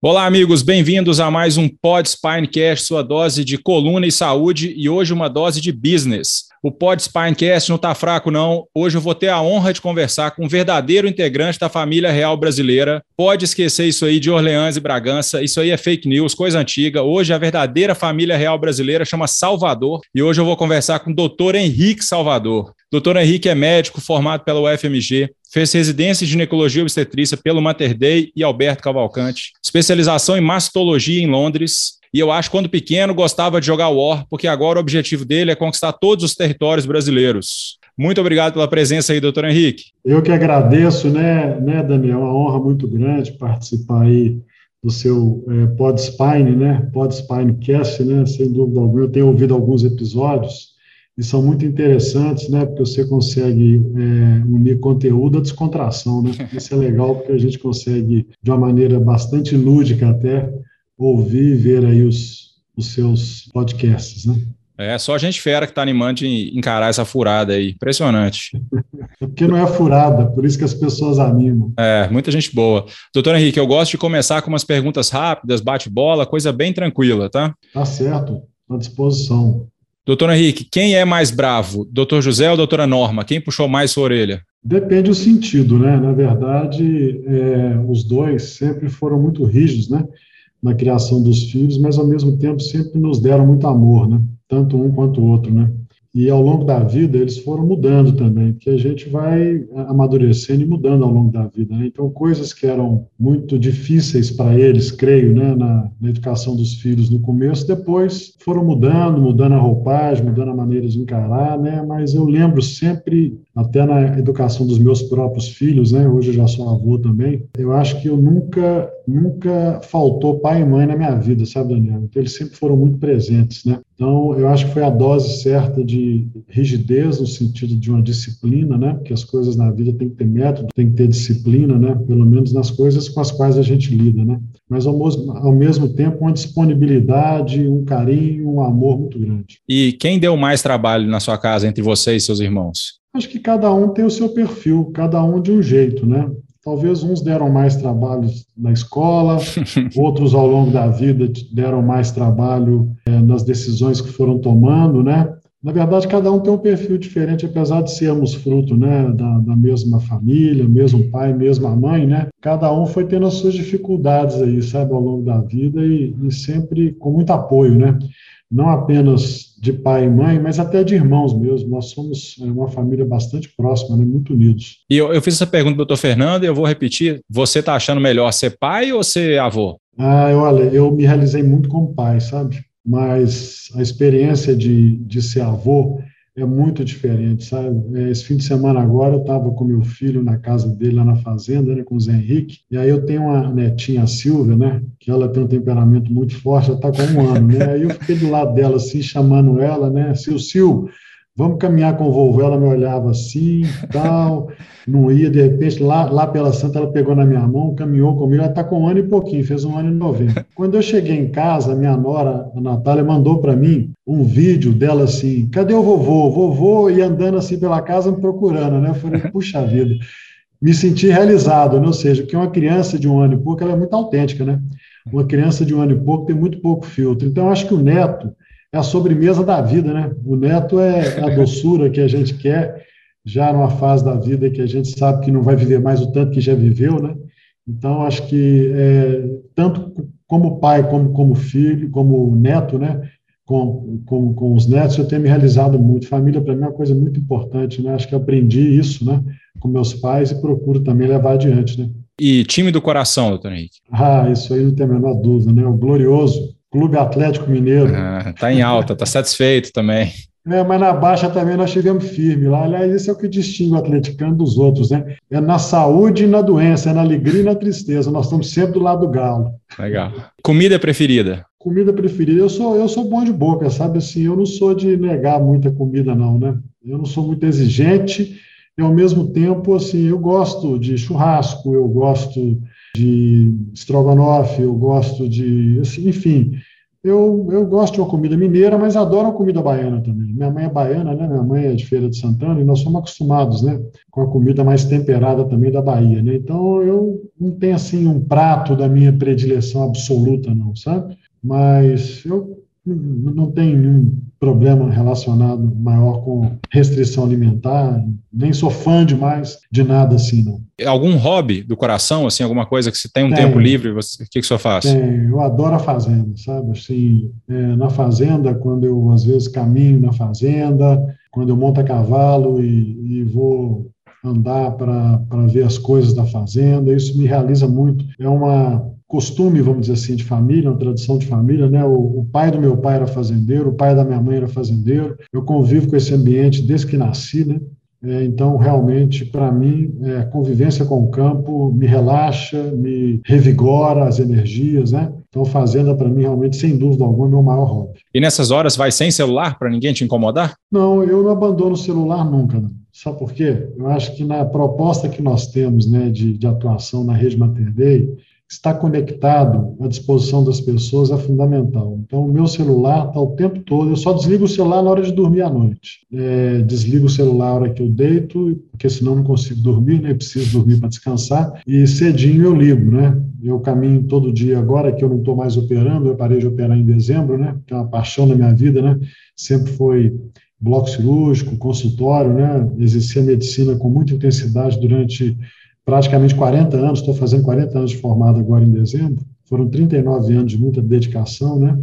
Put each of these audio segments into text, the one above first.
Olá, amigos, bem-vindos a mais um Pod Spinecast, sua dose de coluna e saúde, e hoje uma dose de business. O Pod Spinecast não está fraco, não. Hoje eu vou ter a honra de conversar com um verdadeiro integrante da família real brasileira. Pode esquecer isso aí de Orleans e Bragança, isso aí é fake news, coisa antiga. Hoje a verdadeira família real brasileira chama Salvador, e hoje eu vou conversar com o Dr. Henrique Salvador. Dr. Henrique é médico formado pela UFMG, fez residência em ginecologia e obstetrícia pelo Mater Dei e Alberto Cavalcante, especialização em mastologia em Londres, e eu acho que quando pequeno gostava de jogar War, porque agora o objetivo dele é conquistar todos os territórios brasileiros. Muito obrigado pela presença aí, doutor Henrique. Eu que agradeço, né, Daniel? É uma honra muito grande participar aí do seu Pod Spine, né? Pod Spinecast, né? Sem dúvida alguma, eu tenho ouvido alguns episódios e são muito interessantes, né? Porque você consegue unir conteúdo à descontração, né? Isso é legal porque a gente consegue, de uma maneira bastante lúdica até, ouvir e ver aí os seus podcasts, né? É só gente fera que está animando de encarar essa furada aí. Impressionante. É porque não é furada, por isso que as pessoas animam. Muita gente boa. Doutor Henrique, eu gosto de começar com umas perguntas rápidas, bate-bola, coisa bem tranquila, tá? Tá certo, à disposição. Doutor Henrique, quem é mais bravo, doutor José ou doutora Norma? Quem puxou mais sua orelha? Depende do sentido, né? Na verdade, os dois sempre foram muito rígidos, né? Na criação dos filhos, mas ao mesmo tempo sempre nos deram muito amor, né? Tanto um quanto o outro, né? E ao longo da vida eles foram mudando também, porque a gente vai amadurecendo e mudando ao longo da vida, né? Então, coisas que eram muito difíceis para eles, creio, né, na educação dos filhos no começo, depois foram mudando a roupagem, mudando a maneira de encarar, né? Mas eu lembro sempre, até na educação dos meus próprios filhos, né? Hoje eu já sou avô também, eu acho que eu nunca faltou pai e mãe na minha vida, sabe, Daniel? Então, eles sempre foram muito presentes, né? Então, eu acho que foi a dose certa de rigidez, no sentido de uma disciplina, né? Porque as coisas na vida tem que ter método, tem que ter disciplina, né? Pelo menos nas coisas com as quais a gente lida, né? Mas, ao mesmo tempo, uma disponibilidade, um carinho, um amor muito grande. E quem deu mais trabalho na sua casa entre você e seus irmãos? Acho que cada um tem o seu perfil, cada um de um jeito, né? Talvez uns deram mais trabalho na escola, outros ao longo da vida deram mais trabalho nas decisões que foram tomando, né? Na verdade, cada um tem um perfil diferente, apesar de sermos fruto, né, da mesma família, mesmo pai, mesma mãe, né? Cada um foi tendo as suas dificuldades aí, sabe, ao longo da vida e sempre com muito apoio, né? Não apenas de pai e mãe, mas até de irmãos mesmo. Nós somos uma família bastante próxima, né? Muito unidos. E eu fiz essa pergunta para o doutor Fernando e eu vou repetir. Você está achando melhor ser pai ou ser avô? Olha, eu me realizei muito como pai, sabe? Mas a experiência de ser avô é muito diferente, sabe? Esse fim de semana agora eu estava com meu filho na casa dele, lá na fazenda, né, com o Zé Henrique, e aí eu tenho uma netinha, a Silvia, né, que ela tem um temperamento muito forte, ela está com 1 ano, né, aí eu fiquei do lado dela, assim, chamando ela, né, Sil, vamos caminhar com o vovô, ela me olhava assim, tal, não ia, de repente, lá pela Santa, ela pegou na minha mão, caminhou comigo, ela está com 1 ano e pouquinho, fez 1 ano e 90. Quando eu cheguei em casa, a minha nora, a Natália, mandou para mim um vídeo dela assim, cadê o vovô? Vovô ia andando assim pela casa me procurando, né? Eu falei, puxa vida, me senti realizado, né? Ou seja, porque uma criança de 1 ano e pouco, ela é muito autêntica, né? Uma criança de 1 ano e pouco tem muito pouco filtro. Então, eu acho que o neto é a sobremesa da vida, né? O neto é a doçura que a gente quer, já numa fase da vida que a gente sabe que não vai viver mais o tanto que já viveu, né? Então, acho que tanto como pai, como filho, como neto, né? Com os netos, eu tenho me realizado muito. Família, para mim, é uma coisa muito importante, né? Acho que aprendi isso, né? Com meus pais e procuro também levar adiante, né? E time do coração, doutor Henrique? Isso aí não tem a menor dúvida, né? O glorioso Clube Atlético Mineiro. Tá em alta, tá satisfeito também. Mas na baixa também nós chegamos firme lá. Aliás, isso é o que distingue o atleticano dos outros, né? É na saúde e na doença, é na alegria e na tristeza. Nós estamos sempre do lado do galo. Legal. Comida preferida? Comida preferida. Eu sou bom de boca, sabe? Assim, eu não sou de negar muita comida, não, né? Eu não sou muito exigente e, ao mesmo tempo, assim, eu gosto de churrasco, eu gosto de estrogonofe, eu gosto de, assim, enfim, Eu gosto de uma comida mineira, mas adoro a comida baiana também. Minha mãe é baiana, né? Minha mãe é de Feira de Santana e nós somos acostumados, né? Com a comida mais temperada também da Bahia, né? Então, eu não tenho, assim, um prato da minha predileção absoluta, não, sabe? Mas eu não tenho nenhum problema relacionado maior com restrição alimentar, nem sou fã demais de nada assim, não. Algum hobby do coração, assim, alguma coisa que você tem um tempo Tenho, livre, o que que você faz? tenho, eu adoro a fazenda, sabe? Assim, na fazenda, quando eu às vezes caminho na fazenda, quando eu monto a cavalo e vou andar para ver as coisas da fazenda, isso me realiza muito. É uma costume, vamos dizer assim, de família, uma tradição de família, né? O pai do meu pai era fazendeiro, o pai da minha mãe era fazendeiro. Eu convivo com esse ambiente desde que nasci, né? Então, realmente, para mim, a convivência com o campo me relaxa, me revigora as energias, né? Então, fazenda, para mim, realmente, sem dúvida alguma, é meu maior hobby. E nessas horas vai sem celular para ninguém te incomodar? Não, eu não abandono o celular nunca, não. Sabe por quê? Eu acho que na proposta que nós temos, né, de atuação na rede Mater Dei, estar conectado à disposição das pessoas é fundamental. Então, o meu celular está o tempo todo, eu só desligo o celular na hora de dormir à noite. Desligo o celular na hora que eu deito, porque senão não consigo dormir, né? Preciso dormir para descansar, e cedinho eu ligo, né? Eu caminho todo dia agora que eu não estou mais operando, eu parei de operar em dezembro, né? Que é uma paixão da minha vida, né? Sempre foi bloco cirúrgico, consultório, né? Exerci a medicina com muita intensidade durante praticamente 40 anos, estou fazendo 40 anos de formado agora em dezembro, foram 39 anos de muita dedicação, né?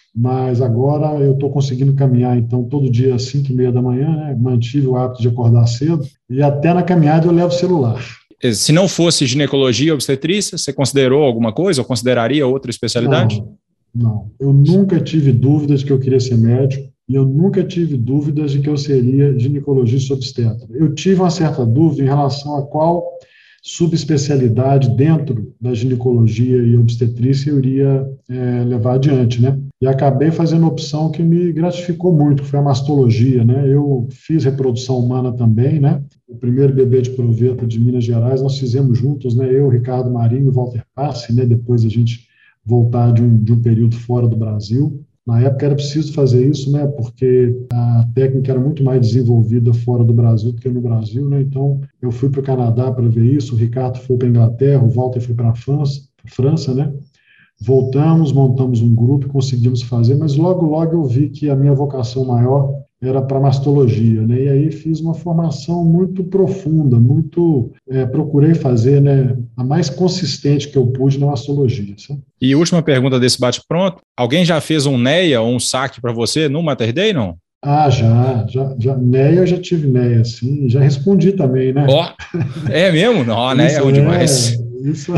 Mas agora eu estou conseguindo caminhar, então, todo dia às 5:30 da manhã, né? Mantive o hábito de acordar cedo, e até na caminhada eu levo o celular. Se não fosse ginecologia e obstetrícia, você considerou alguma coisa ou consideraria outra especialidade? Não, não. Eu nunca tive dúvidas de que eu queria ser médico, e eu nunca tive dúvidas de que eu seria ginecologista obstetra. Eu tive uma certa dúvida em relação a qual subespecialidade dentro da ginecologia e obstetrícia eu iria levar adiante, né? E acabei fazendo uma opção que me gratificou muito, que foi a mastologia, né? Eu fiz reprodução humana também, né? O primeiro bebê de proveta de Minas Gerais nós fizemos juntos, né? Eu, Ricardo Marinho e Walter Passi, né? Depois a gente voltar de um período fora do Brasil. Na época era preciso fazer isso, né? Porque a técnica era muito mais desenvolvida fora do Brasil do que no Brasil, né? Então, eu fui para o Canadá para ver isso, o Ricardo foi para a Inglaterra, o Walter foi para a França, né? Voltamos, montamos um grupo, conseguimos fazer, mas logo, logo eu vi que a minha vocação maior era para mastologia, né? E aí fiz uma formação muito profunda, procurei fazer, né, a mais consistente que eu pude na mastologia, sabe? E última pergunta desse bate-pronto, alguém já fez um NEA ou um saque para você no Mater Dei, não? Ah, já, NEA eu já tive NEA, sim, já respondi também, né? Ó, é mesmo? Não, NEA é Isso, bom demais. isso,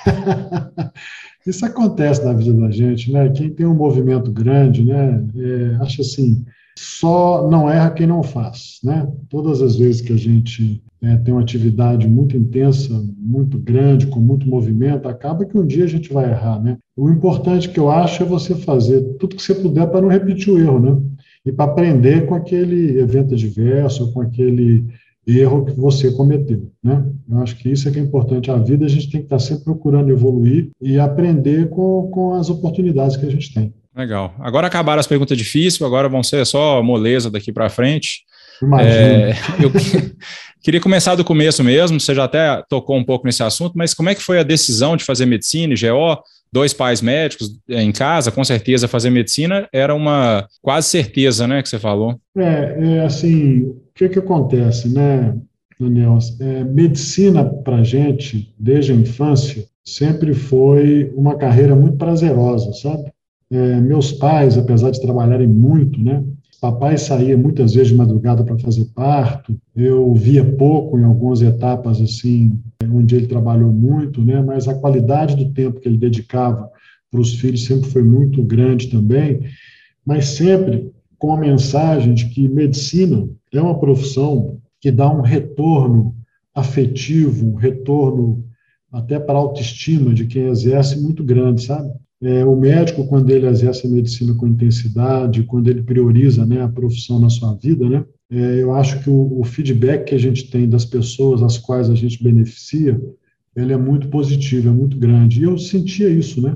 isso acontece na vida da gente, né? Quem tem um movimento grande, né? Acho assim, só não erra quem não faz, né? Todas as vezes que a gente tem uma atividade muito intensa, muito grande, com muito movimento, acaba que um dia a gente vai errar, né? O importante que eu acho é você fazer tudo que você puder para não repetir o erro, né? E para aprender com aquele evento adverso, com aquele erro que você cometeu, né? Eu acho que isso é que é importante. A vida a gente tem que estar sempre procurando evoluir e aprender com as oportunidades que a gente tem. Legal. Agora acabaram as perguntas difíceis, agora vão ser só moleza daqui para frente. Imagino. Eu queria começar do começo mesmo, você já até tocou um pouco nesse assunto, mas como é que foi a decisão de fazer medicina e GO? Dois pais médicos em casa, com certeza fazer medicina era uma quase certeza, né, que você falou. Assim, o que acontece, né, Daniel? Medicina para a gente, desde a infância, sempre foi uma carreira muito prazerosa, sabe? Meus pais, apesar de trabalharem muito, né? Papai saía muitas vezes de madrugada para fazer parto. Eu via pouco em algumas etapas assim, onde ele trabalhou muito, né? Mas a qualidade do tempo que ele dedicava para os filhos sempre foi muito grande também. Mas sempre com a mensagem de que medicina é uma profissão que dá um retorno afetivo, um retorno até para a autoestima de quem exerce muito grande, sabe? O médico, quando ele exerce a medicina com intensidade, quando ele prioriza, né, a profissão na sua vida, né, eu acho que o feedback que a gente tem das pessoas às quais a gente beneficia, ele é muito positivo, é muito grande. E eu sentia isso, né?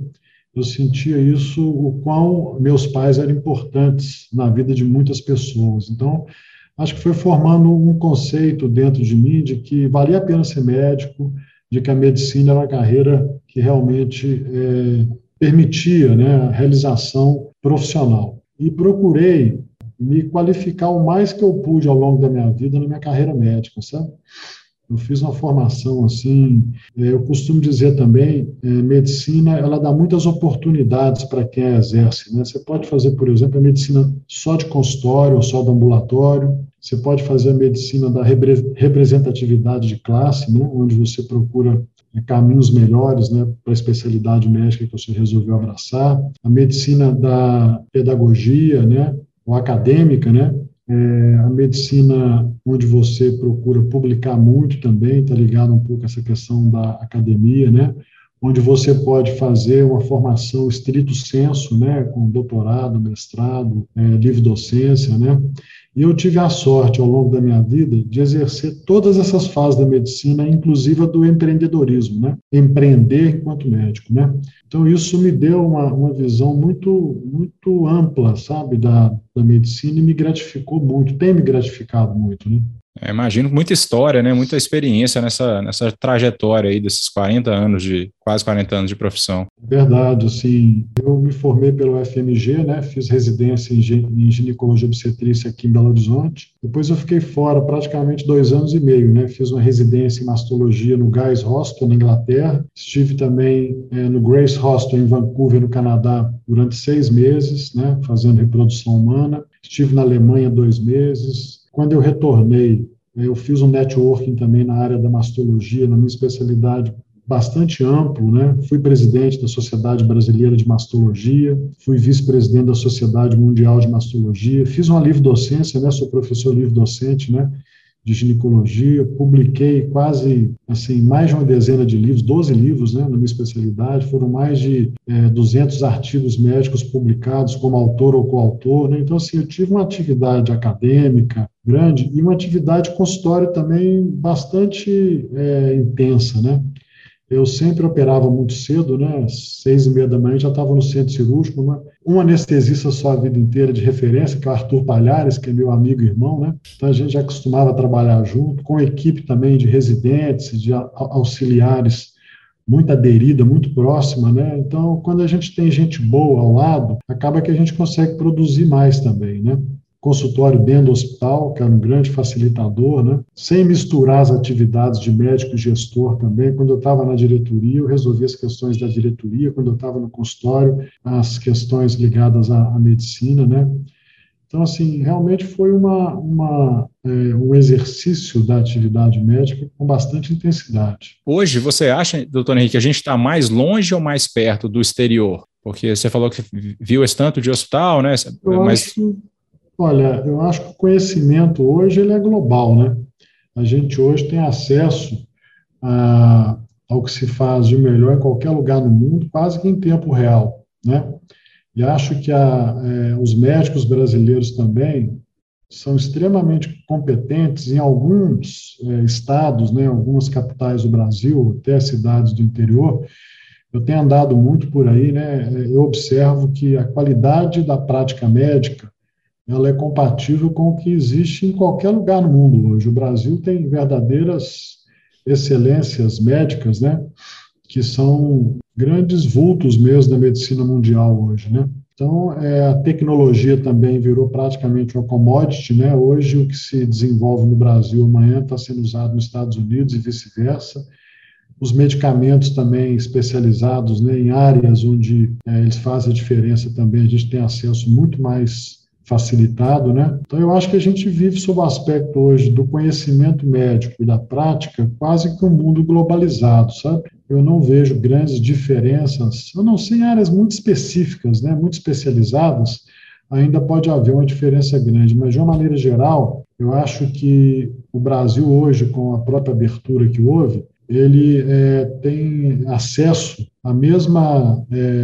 eu sentia isso, o quão meus pais eram importantes na vida de muitas pessoas. Então, acho que foi formando um conceito dentro de mim de que valia a pena ser médico, de que a medicina era uma carreira que realmente permitia, né, a realização profissional. E procurei me qualificar o mais que eu pude ao longo da minha vida na minha carreira médica, sabe? Eu fiz uma formação assim, eu costumo dizer também, medicina, ela dá muitas oportunidades para quem a exerce, né? Você pode fazer, por exemplo, a medicina só de consultório ou só do ambulatório, você pode fazer a medicina da representatividade de classe, né? Onde você procura caminhos melhores, né, para a especialidade médica que você resolveu abraçar, a medicina da pedagogia, né, ou acadêmica, né, a medicina onde você procura publicar muito também, está ligado um pouco a essa questão da academia, né? Onde você pode fazer uma formação estrito sensu, né? Com doutorado, mestrado, livre docência, né? E eu tive a sorte, ao longo da minha vida, de exercer todas essas fases da medicina, inclusive a do empreendedorismo, né? Empreender enquanto médico, né? Então, isso me deu uma visão muito ampla, sabe, da medicina e me gratificou muito, tem me gratificado muito, né? Imagino muita história, né? Muita experiência nessa trajetória aí desses 40 anos quase 40 anos de profissão. Verdade, assim, eu me formei pelo FMG, né? Fiz residência em ginecologia e obstetrícia aqui em Belo Horizonte. Depois eu fiquei fora praticamente 2 anos e meio, né? Fiz uma residência em mastologia no Guy's Hospital, na Inglaterra. Estive também no Grace Hospital, em Vancouver, no Canadá, durante 6 meses, né? Fazendo reprodução humana. Estive na Alemanha 2 meses. Quando eu retornei, eu fiz um networking também na área da mastologia, na minha especialidade bastante amplo, né? Fui presidente da Sociedade Brasileira de Mastologia, fui vice-presidente da Sociedade Mundial de Mastologia, fiz uma livre-docência, né? Sou professor livre-docente, né? De ginecologia, publiquei quase, assim, mais de uma dezena de livros, 12 livros, né, na minha especialidade, foram mais de 200 artigos médicos publicados como autor ou coautor, né, então, assim, eu tive uma atividade acadêmica grande e uma atividade consultória também bastante intensa, né. Eu sempre operava muito cedo, né? Às 6h30 da manhã já estava no centro cirúrgico, né? Um anestesista só a vida inteira de referência, que é o Arthur Palhares, que é meu amigo e irmão, né? Então a gente já costumava trabalhar junto, com equipe também de residentes, de auxiliares muito aderida, muito próxima, né? Então, quando a gente tem gente boa ao lado, acaba que a gente consegue produzir mais também, né? Consultório dentro do hospital, que era um grande facilitador, né? Sem misturar as atividades de médico e gestor também. Quando eu estava na diretoria, eu resolvia as questões da diretoria. Quando eu estava no consultório, as questões ligadas à medicina, né? Então, assim, realmente foi um exercício da atividade médica com bastante intensidade. Hoje, você acha, doutor Henrique, que a gente está mais longe ou mais perto do exterior? Porque você falou que viu esse tanto de hospital, né? Olha, eu acho que o conhecimento hoje ele é global, né? A gente hoje tem acesso ao que se faz de melhor em qualquer lugar no mundo, quase que em tempo real, né? E acho que os médicos brasileiros também são extremamente competentes em alguns estados, né? Algumas capitais do Brasil, até cidades do interior. Eu tenho andado muito por aí, né? Eu observo que a qualidade da prática médica ela é compatível com o que existe em qualquer lugar no mundo hoje. O Brasil tem verdadeiras excelências médicas, né, que são grandes vultos mesmo da medicina mundial hoje, né. Então, a tecnologia também virou praticamente uma commodity, né. Hoje, o que se desenvolve no Brasil amanhã está sendo usado nos Estados Unidos e vice-versa. Os medicamentos também especializados, né, em áreas onde eles fazem a diferença também, a gente tem acesso muito mais facilitado, né? Então, eu acho que a gente vive sob o aspecto hoje do conhecimento médico e da prática quase que um mundo globalizado, sabe? Eu não vejo grandes diferenças, a não ser em áreas muito específicas, né? Muito especializadas, ainda pode haver uma diferença grande, mas de uma maneira geral, eu acho que o Brasil hoje, com a própria abertura que houve, ele tem acesso à mesma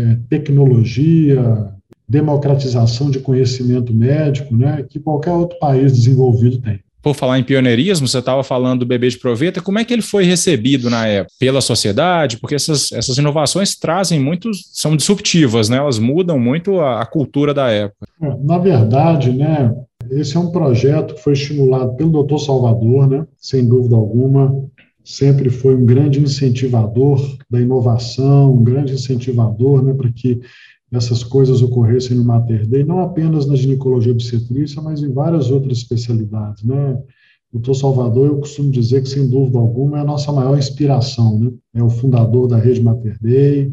tecnologia, democratização de conhecimento médico, né, que qualquer outro país desenvolvido tem. Por falar em pioneirismo, você estava falando do bebê de proveta, como é que ele foi recebido na época? Pela sociedade? Porque essas inovações trazem muitos, são disruptivas, né? Elas mudam muito a cultura da época. Na verdade, né, esse é um projeto que foi estimulado pelo Dr. Salvador, né, sem dúvida alguma, sempre foi um grande incentivador da inovação, um grande incentivador, né, para que essas coisas ocorressem no Mater Dei, não apenas na ginecologia obstetrícia, mas em várias outras especialidades, né. O Dr. Salvador, eu costumo dizer que, sem dúvida alguma, é a nossa maior inspiração, né, é o fundador da rede Mater Dei,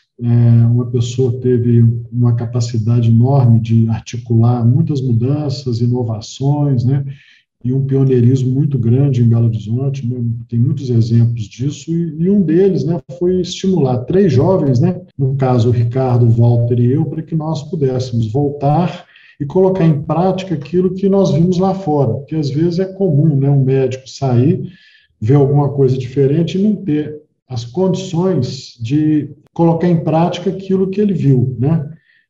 uma pessoa que teve uma capacidade enorme de articular muitas mudanças, inovações, né, e um pioneirismo muito grande em Belo Horizonte, né, tem muitos exemplos disso, e um deles, né, foi estimular 3 jovens, né, no caso o Ricardo, o Walter e eu, para que nós pudéssemos voltar e colocar em prática aquilo que nós vimos lá fora, porque às vezes é comum, né, um médico sair, ver alguma coisa diferente e não ter as condições de colocar em prática aquilo que ele viu, né?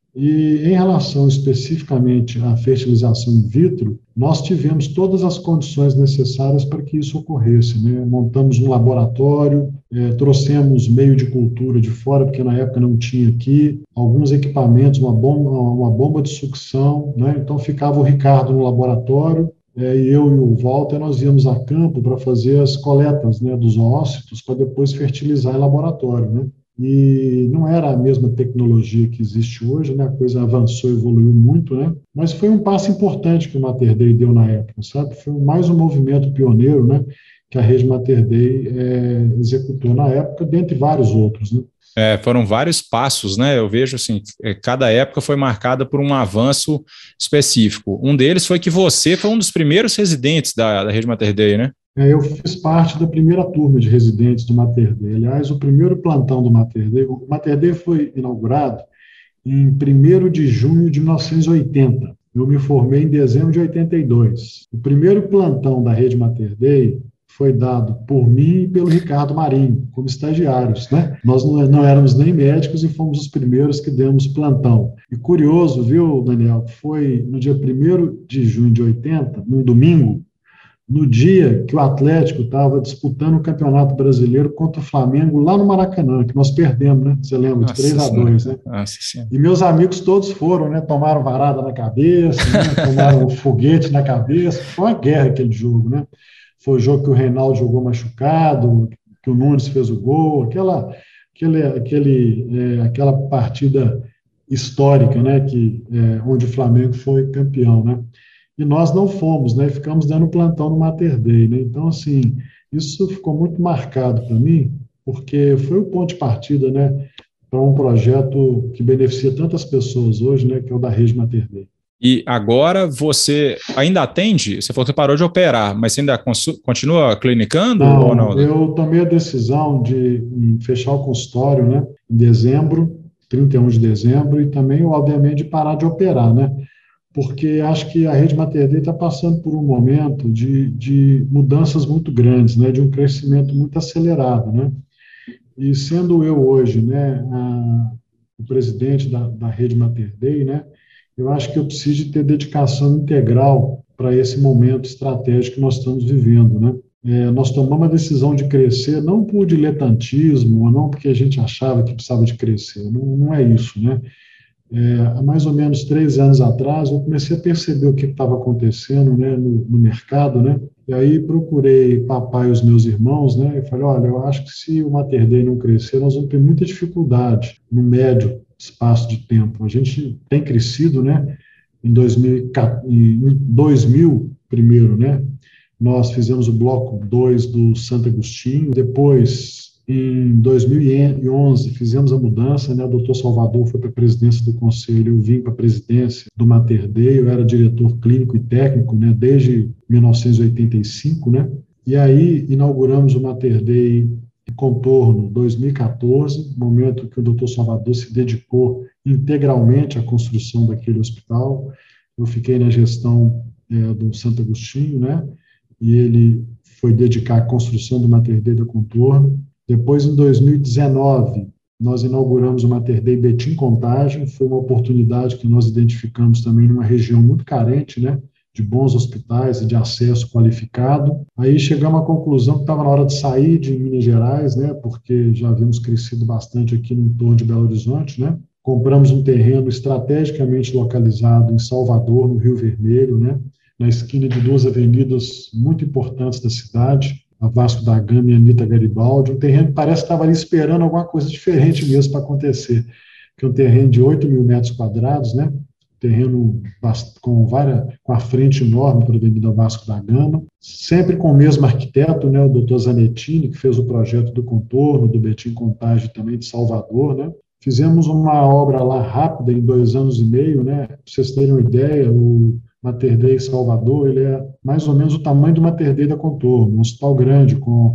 E em relação especificamente à fertilização in vitro, nós tivemos todas as condições necessárias para que isso ocorresse, né? Montamos um laboratório, trouxemos meio de cultura de fora, porque na época não tinha aqui, alguns equipamentos, uma bomba de sucção, né? Então ficava o Ricardo no laboratório, e eu e o Walter, nós íamos a campo para fazer as coletas, né, dos ócitos, para depois fertilizar em laboratório, né? E não era a mesma tecnologia que existe hoje, né? A coisa avançou, evoluiu muito, né? Mas foi um passo importante que o Mater Dei deu na época, sabe? Foi mais um movimento pioneiro, né, que a rede Mater Dei executou na época, dentre vários outros, né? Foram vários passos, né? Eu vejo assim, cada época foi marcada por um avanço específico. Um deles foi que você foi um dos primeiros residentes da rede Mater Dei, né? Eu fiz parte da primeira turma de residentes do Mater Dei. Aliás, o primeiro plantão do Mater Dei, o Mater Dei foi inaugurado em 1º de junho de 1980. Eu me formei em dezembro de 82. O primeiro plantão da rede Mater Dei foi dado por mim e pelo Ricardo Marinho, como estagiários, né? Nós não éramos nem médicos e fomos os primeiros que demos plantão. E curioso, viu, Daniel, foi no dia 1º de junho de 80, num domingo, no dia que o Atlético estava disputando o Campeonato Brasileiro contra o Flamengo lá no Maracanã, que nós perdemos, né? Você lembra, de 3-2, né? E meus amigos todos foram, né? Tomaram varada na cabeça, né? Tomaram foguete na cabeça. Foi uma guerra aquele jogo, né? Foi o jogo que o Reinaldo jogou machucado, que o Nunes fez o gol, aquela partida histórica, né? Onde o Flamengo foi campeão, né? E nós não fomos, né? Ficamos dando plantão no Mater Dei, né? Então, assim, isso ficou muito marcado para mim, porque foi o ponto de partida, né, para um projeto que beneficia tantas pessoas hoje, né, que é o da rede Mater Dei. E agora você ainda atende? Você falou que parou de operar, mas você ainda continua clinicando ou não? Eu tomei a decisão de fechar o consultório, né, em dezembro, 31 de dezembro, e também, obviamente, de parar de operar, né? Porque acho que a rede Mater Dei está passando por um momento de mudanças muito grandes, né, de um crescimento muito acelerado, né? E sendo eu hoje, né, o presidente da rede Mater Dei, né, eu acho que eu preciso de ter dedicação integral para esse momento estratégico que nós estamos vivendo, né? Nós tomamos a decisão de crescer não por diletantismo, ou não porque a gente achava que precisava de crescer, não é isso, né? Há mais ou menos 3 anos atrás, eu comecei a perceber o que estava acontecendo, né, no mercado, né? E aí procurei papai e os meus irmãos, né? E falei, olha, eu acho que se o Mater Dei não crescer, nós vamos ter muita dificuldade no médio espaço de tempo. A gente tem crescido, né? Em 2000 primeiro, né? Nós fizemos o bloco 2 do Santo Agostinho, depois, em 2011, fizemos a mudança, né? O doutor Salvador foi para a presidência do conselho, eu vim para a presidência do Mater Dei, eu era diretor clínico e técnico, né? Desde 1985, né? E aí inauguramos o Mater Dei em Contorno 2014, momento que o doutor Salvador se dedicou integralmente à construção daquele hospital. Eu fiquei na gestão do Santo Agostinho, né? E ele foi dedicar à construção do Mater Dei da Contorno. Depois, em 2019, nós inauguramos o Mater Dei Betim Contagem. Foi uma oportunidade que nós identificamos também numa região muito carente, né, de bons hospitais e de acesso qualificado. Aí chegamos à conclusão que estava na hora de sair de Minas Gerais, né, porque já havíamos crescido bastante aqui no entorno de Belo Horizonte, né. Compramos um terreno estrategicamente localizado em Salvador, no Rio Vermelho, né, na esquina de duas avenidas muito importantes da cidade, a Vasco da Gama e a Anita Garibaldi. Um terreno que parece que estava ali esperando alguma coisa diferente mesmo para acontecer, que é um terreno de 8 mil metros quadrados, né, terreno com a frente enorme para a Avenida Vasco da Gama, sempre com o mesmo arquiteto, né, o Dr. Zanettini, que fez o projeto do contorno, do Betim Contágio também de Salvador, né. Fizemos uma obra lá rápida, em 2 anos e meio, né, para vocês terem uma ideia, o Mater Dei Salvador, ele é mais ou menos o tamanho do Mater Dei da Contorno, um hospital grande, com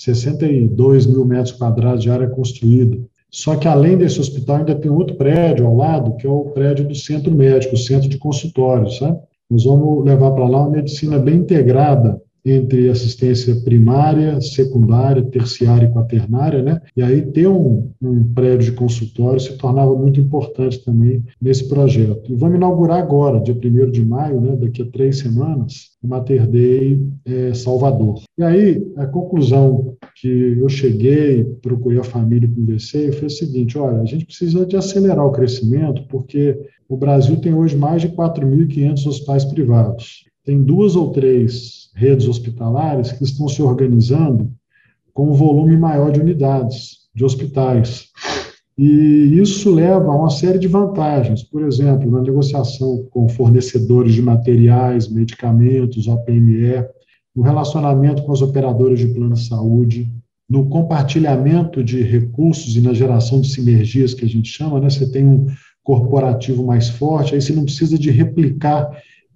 62 mil metros quadrados de área construída. Só que, além desse hospital, ainda tem outro prédio ao lado, que é o prédio do centro médico, o centro de consultórios, sabe? Nós vamos levar para lá uma medicina bem integrada entre assistência primária, secundária, terciária e quaternária, né? E aí ter um prédio de consultório se tornava muito importante também nesse projeto. E vamos inaugurar agora, dia 1º de maio, né? Daqui a 3 semanas, o Mater Dei Salvador. E aí, a conclusão que eu cheguei, procurei a família e conversei, foi o seguinte: olha, a gente precisa de acelerar o crescimento, porque o Brasil tem hoje mais de 4.500 hospitais privados. Tem 2 ou 3 redes hospitalares que estão se organizando com um volume maior de unidades, de hospitais. E isso leva a uma série de vantagens. Por exemplo, na negociação com fornecedores de materiais, medicamentos, OPME, no relacionamento com as operadoras de plano de saúde, no compartilhamento de recursos e na geração de sinergias, que a gente chama, né? Você tem um corporativo mais forte, aí você não precisa de replicar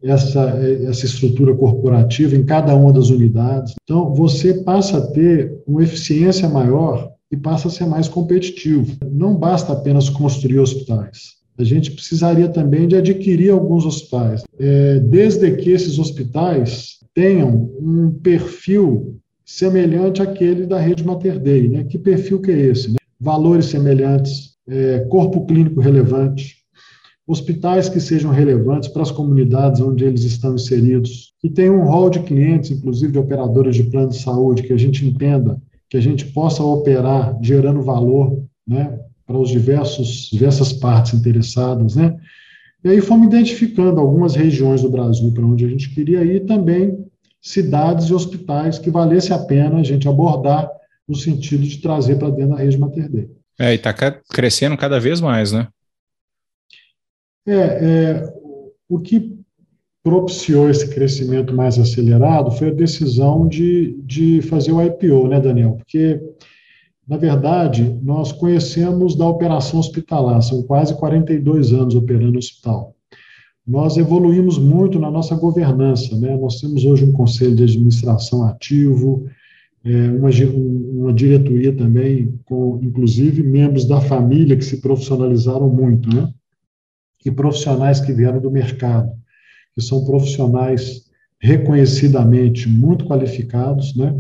essa estrutura corporativa em cada uma das unidades. Então, você passa a ter uma eficiência maior e passa a ser mais competitivo. Não basta apenas construir hospitais. A gente precisaria também de adquirir alguns hospitais, desde que esses hospitais tenham um perfil semelhante àquele da rede Mater Dei, né? Que perfil que é esse, né? Valores semelhantes, corpo clínico relevante, hospitais que sejam relevantes para as comunidades onde eles estão inseridos, que tenham um rol de clientes, inclusive de operadoras de plano de saúde, que a gente entenda, que a gente possa operar gerando valor, né, para os diversas partes interessadas, né? E aí fomos identificando algumas regiões do Brasil para onde a gente queria ir, também cidades e hospitais que valesse a pena a gente abordar no sentido de trazer para dentro da rede Mater Dei. E está crescendo cada vez mais, né? O que propiciou esse crescimento mais acelerado foi a decisão de fazer o IPO, né, Daniel? Porque, na verdade, nós conhecemos da operação hospitalar, são quase 42 anos operando o hospital. Nós evoluímos muito na nossa governança, né? Nós temos hoje um conselho de administração ativo, uma diretoria também, com, inclusive, membros da família que se profissionalizaram muito, né? E profissionais que vieram do mercado, que são profissionais reconhecidamente muito qualificados, né?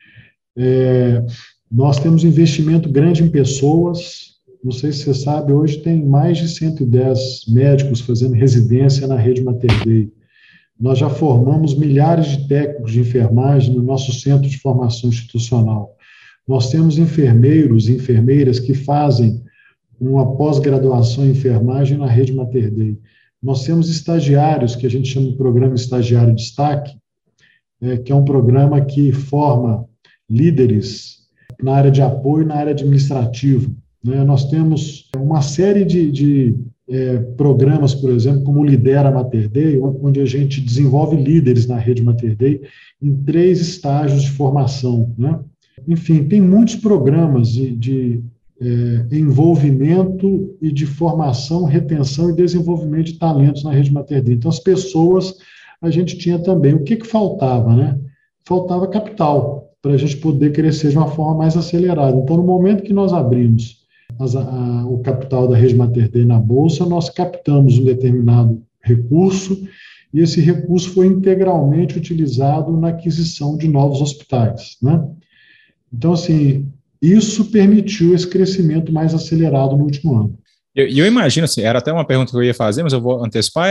Nós temos investimento grande em pessoas. Não sei se você sabe, hoje tem mais de 110 médicos fazendo residência na rede Mater Dei. Nós já formamos milhares de técnicos de enfermagem no nosso centro de formação institucional. Nós temos enfermeiros e enfermeiras que fazem uma pós-graduação em enfermagem na rede Mater Dei. Nós temos estagiários, que a gente chama de Programa Estagiário Destaque, que é um programa que forma líderes na área de apoio e na área administrativa, né? Nós temos uma série de programas, por exemplo, como o Lidera Mater Dei, onde a gente desenvolve líderes na rede Mater Dei em 3 estágios de formação, né? Enfim, tem muitos programas de envolvimento e de formação, retenção e desenvolvimento de talentos na rede Mater Dei. Então, as pessoas, a gente tinha também. O que faltava, né? Faltava capital para a gente poder crescer de uma forma mais acelerada. Então, no momento que nós abrimos o capital da rede Mater Dei na Bolsa, nós captamos um determinado recurso e esse recurso foi integralmente utilizado na aquisição de novos hospitais, né? Então, assim, isso permitiu esse crescimento mais acelerado no último ano. Eu imagino, assim, era até uma pergunta que eu ia fazer, mas eu vou antecipar,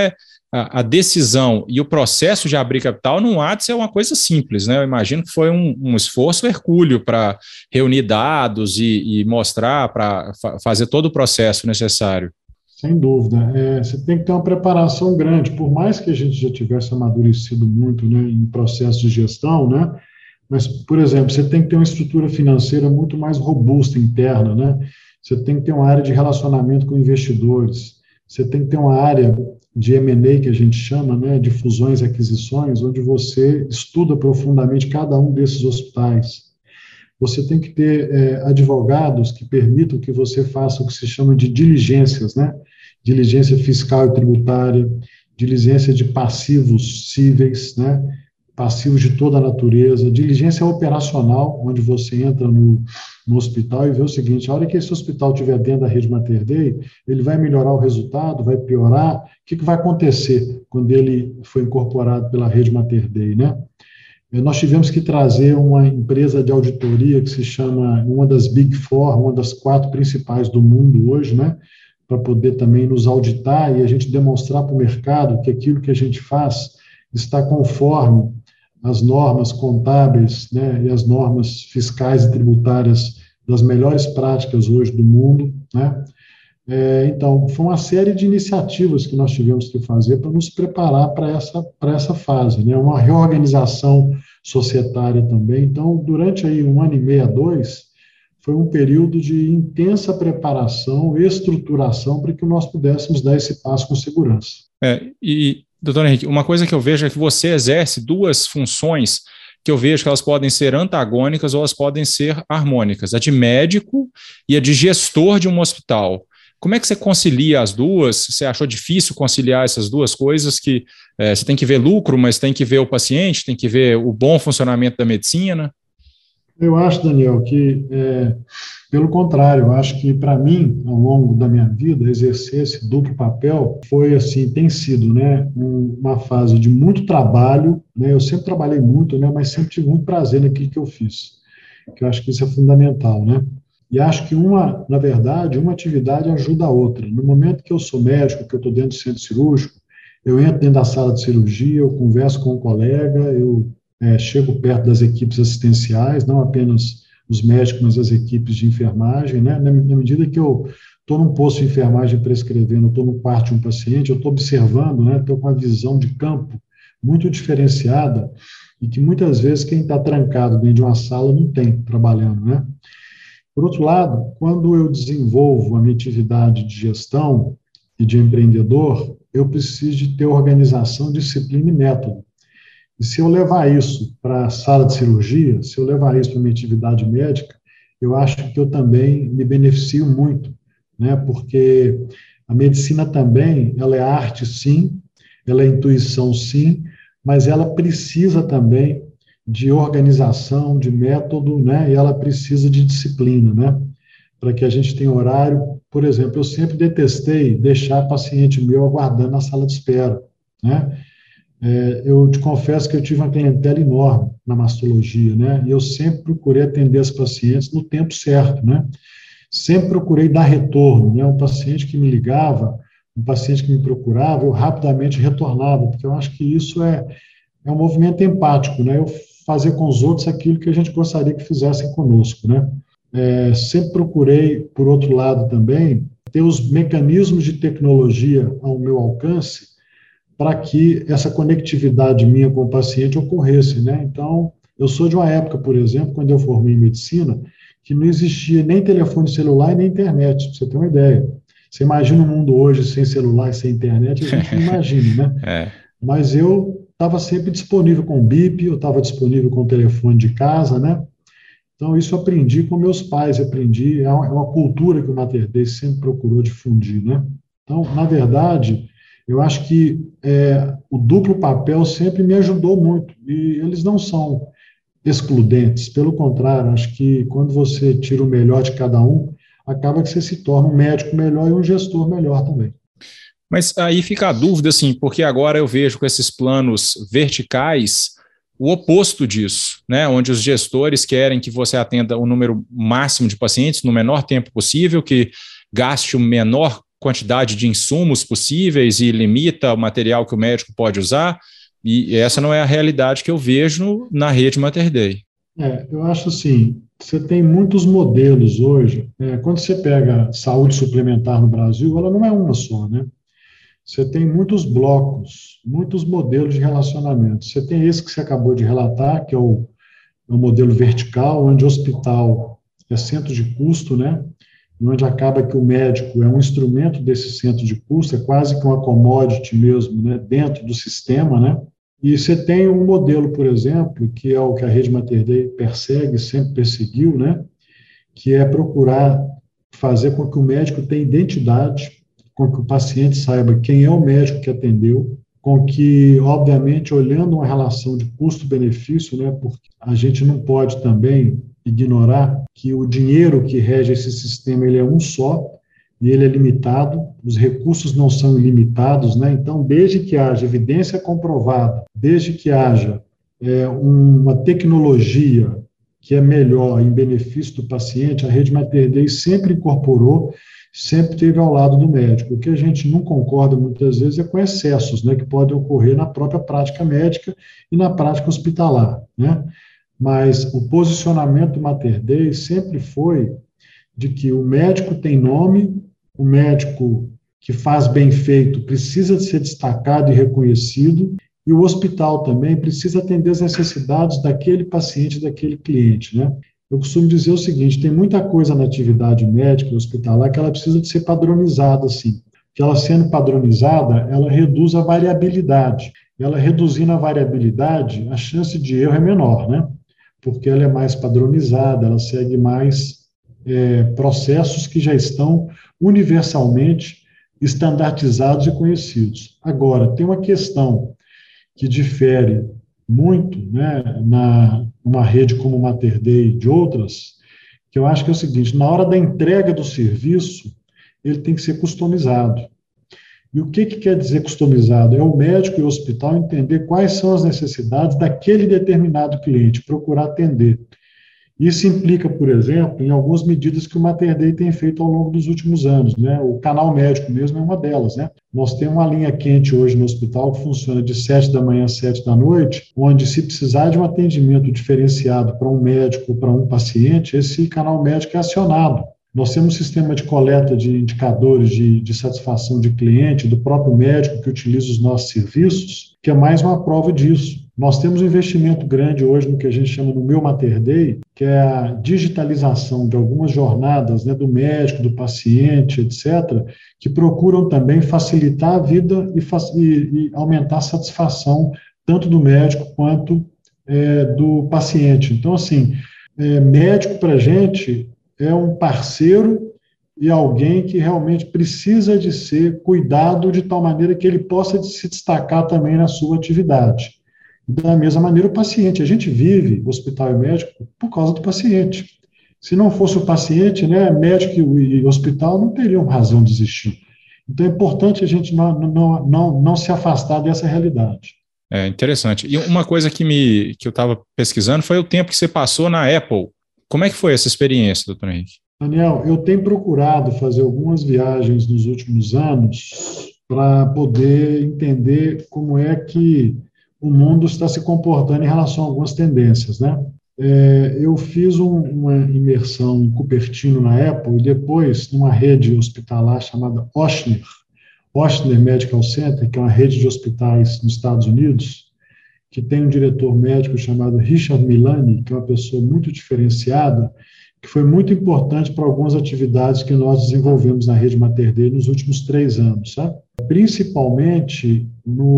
a decisão e o processo de abrir capital não há de ser uma coisa simples, né? Eu imagino que foi um esforço hercúleo para reunir dados e mostrar, para fazer todo o processo necessário. Sem dúvida. Você tem que ter uma preparação grande, por mais que a gente já tivesse amadurecido muito, né, em processo de gestão, né? Mas, por exemplo, você tem que ter uma estrutura financeira muito mais robusta interna, né? Você tem que ter uma área de relacionamento com investidores, você tem que ter uma área de M&A, que a gente chama, né, de fusões e aquisições, onde você estuda profundamente cada um desses hospitais. Você tem que ter advogados que permitam que você faça o que se chama de diligências, né? Diligência fiscal e tributária, diligência de passivos cíveis, né? Passivos de toda a natureza, diligência operacional, onde você entra no hospital e vê o seguinte: a hora que esse hospital estiver dentro da rede Mater Dei, ele vai melhorar o resultado, vai piorar, o que vai acontecer quando ele foi incorporado pela rede Mater Dei, né? Nós tivemos que trazer uma empresa de auditoria que se chama, uma das Big Four, uma das 4 principais do mundo hoje, né, para poder também nos auditar e a gente demonstrar para o mercado que aquilo que a gente faz está conforme as normas contábeis, né, e as normas fiscais e tributárias das melhores práticas hoje do mundo, né. Então, foi uma série de iniciativas que nós tivemos que fazer para nos preparar para essa fase, né? Uma reorganização societária também. Então, durante aí 1 ano e meio a 2, foi um período de intensa preparação, estruturação, para que nós pudéssemos dar esse passo com segurança. Doutor Henrique, uma coisa que eu vejo é que você exerce 2 funções que eu vejo que elas podem ser antagônicas ou elas podem ser harmônicas, a de médico e a de gestor de um hospital. Como é que você concilia as duas? Você achou difícil conciliar essas 2 coisas que você tem que ver lucro, mas tem que ver o paciente, tem que ver o bom funcionamento da medicina? Eu acho, Daniel, que, pelo contrário, eu acho que, para mim, ao longo da minha vida, exercer esse duplo papel foi, assim, tem sido, né, uma fase de muito trabalho, né, eu sempre trabalhei muito, né, mas sempre tive muito prazer naquilo que eu fiz, que eu acho que isso é fundamental, né? E acho que na verdade, uma atividade ajuda a outra. No momento que eu sou médico, que eu estou dentro do centro cirúrgico, eu entro dentro da sala de cirurgia, eu converso com um colega, eu chego perto das equipes assistenciais, não apenas os médicos, mas as equipes de enfermagem, né? Na medida que eu estou num posto de enfermagem prescrevendo, estou no quarto de um paciente, eu estou observando, né? Estou com uma visão de campo muito diferenciada e que muitas vezes quem está trancado dentro de uma sala não tem trabalhando, né? Por outro lado, quando eu desenvolvo a minha atividade de gestão e de empreendedor, eu preciso de ter organização, disciplina e método. E se eu levar isso para a sala de cirurgia, se eu levar isso para a minha atividade médica, eu acho que eu também me beneficio muito, né? Porque a medicina também, ela é arte, sim, ela é intuição, sim, mas ela precisa também de organização, de método, né? E ela precisa de disciplina, né? Para que a gente tenha horário. Por exemplo, eu sempre detestei deixar paciente meu aguardando na sala de espera, né? Eu te confesso que eu tive uma clientela enorme na mastologia, né? E eu sempre procurei atender as pacientes no tempo certo, né? Sempre procurei dar retorno, né? Um paciente que me ligava, um paciente que me procurava, eu rapidamente retornava, porque eu acho que isso é um movimento empático, né? Eu fazer com os outros aquilo que a gente gostaria que fizessem conosco, né? Sempre procurei, por outro lado também, ter os mecanismos de tecnologia ao meu alcance para que essa conectividade minha com o paciente ocorresse, né? Então, eu sou de uma época, por exemplo, quando eu formei em medicina, que não existia nem telefone celular e nem internet, para você ter uma ideia. Você imagina um mundo hoje sem celular e sem internet, a gente não imagina, né? Mas eu estava sempre disponível com o BIP, eu estava disponível com o telefone de casa, né? Então, isso eu aprendi com meus pais, aprendi, é uma cultura que o Mater Dei sempre procurou difundir, né? Então, na verdade, eu acho que o duplo papel sempre me ajudou muito, e eles não são excludentes, pelo contrário, acho que quando você tira o melhor de cada um, acaba que você se torna um médico melhor e um gestor melhor também. Mas aí fica a dúvida, assim, porque agora eu vejo com esses planos verticais o oposto disso, né? Onde os gestores querem que você atenda o número máximo de pacientes no menor tempo possível, que gaste o menor quantidade de insumos possíveis e limita o material que o médico pode usar, e essa não é a realidade que eu vejo na rede Mater Dei. Eu acho assim, você tem muitos modelos hoje. Quando você pega saúde suplementar no Brasil, ela não é uma só, né? Você tem muitos blocos, muitos modelos de relacionamento. Você tem esse que você acabou de relatar, que é o modelo vertical, onde o hospital é centro de custo, né? E onde acaba que o médico é um instrumento desse centro de custo, é quase que uma commodity mesmo, né? Dentro do sistema, né? E você tem um modelo, por exemplo, que é o que a Rede Mater Dei persegue, sempre perseguiu, né? Que é procurar fazer com que o médico tenha identidade, com que o paciente saiba quem é o médico que atendeu, com que, obviamente, olhando uma relação de custo-benefício, né, porque a gente não pode também ignorar que o dinheiro que rege esse sistema ele é um só e ele é limitado, os recursos não são ilimitados, né? Então, desde que haja evidência comprovada, desde que haja uma tecnologia que é melhor em benefício do paciente, a Rede Mater Dei sempre incorporou, sempre esteve ao lado do médico. O que a gente não concorda muitas vezes é com excessos, né, que podem ocorrer na própria prática médica e na prática hospitalar, né? Mas o posicionamento do Mater Dei sempre foi de que o médico tem nome, o médico que faz bem feito precisa de ser destacado e reconhecido, e o hospital também precisa atender as necessidades daquele paciente, daquele cliente, né? Eu costumo dizer o seguinte, tem muita coisa na atividade médica e hospitalar que ela precisa de ser padronizada, sim. Que ela sendo padronizada, ela reduz a variabilidade. Ela reduzindo a variabilidade, a chance de erro é menor, né? Porque ela é mais padronizada, ela segue mais processos que já estão universalmente estandartizados e conhecidos. Agora, tem uma questão que difere muito, né, numa rede como o Mater Dei e de outras, que eu acho que é o seguinte, na hora da entrega do serviço, ele tem que ser customizado. E o que quer dizer customizado? É o médico e o hospital entender quais são as necessidades daquele determinado cliente, procurar atender. Isso implica, por exemplo, em algumas medidas que o Mater Dei tem feito ao longo dos últimos anos, né? O canal médico mesmo é uma delas, né? Nós temos uma linha quente hoje no hospital que funciona de 7 da manhã às 7 da noite, onde se precisar de um atendimento diferenciado para um médico ou para um paciente, esse canal médico é acionado. Nós temos um sistema de coleta de indicadores de satisfação de cliente, do próprio médico que utiliza os nossos serviços, que é mais uma prova disso. Nós temos um investimento grande hoje no que a gente chama no Meu Mater Dei, que é a digitalização de algumas jornadas, né, do médico, do paciente, etc., que procuram também facilitar a vida e aumentar a satisfação tanto do médico quanto do paciente. Então, assim, médico para a gente é um parceiro e alguém que realmente precisa de ser cuidado de tal maneira que ele possa se destacar também na sua atividade. Da mesma maneira, o paciente. A gente vive, hospital e médico, por causa do paciente. Se não fosse o paciente, né, médico e hospital não teriam razão de existir. Então, é importante a gente não se afastar dessa realidade. É interessante. E uma coisa que eu estava pesquisando foi o tempo que você passou na Apple. Como é que foi essa experiência, doutor Henrique? Daniel, eu tenho procurado fazer algumas viagens nos últimos anos para poder entender como é que o mundo está se comportando em relação a algumas tendências, né? Eu fiz uma imersão em Cupertino na Apple e depois numa rede hospitalar chamada Ochsner Medical Center, que é uma rede de hospitais nos Estados Unidos, que tem um diretor médico chamado Richard Milani, que é uma pessoa muito diferenciada, que foi muito importante para algumas atividades que nós desenvolvemos na rede Mater Dei nos últimos 3 anos, sabe? Principalmente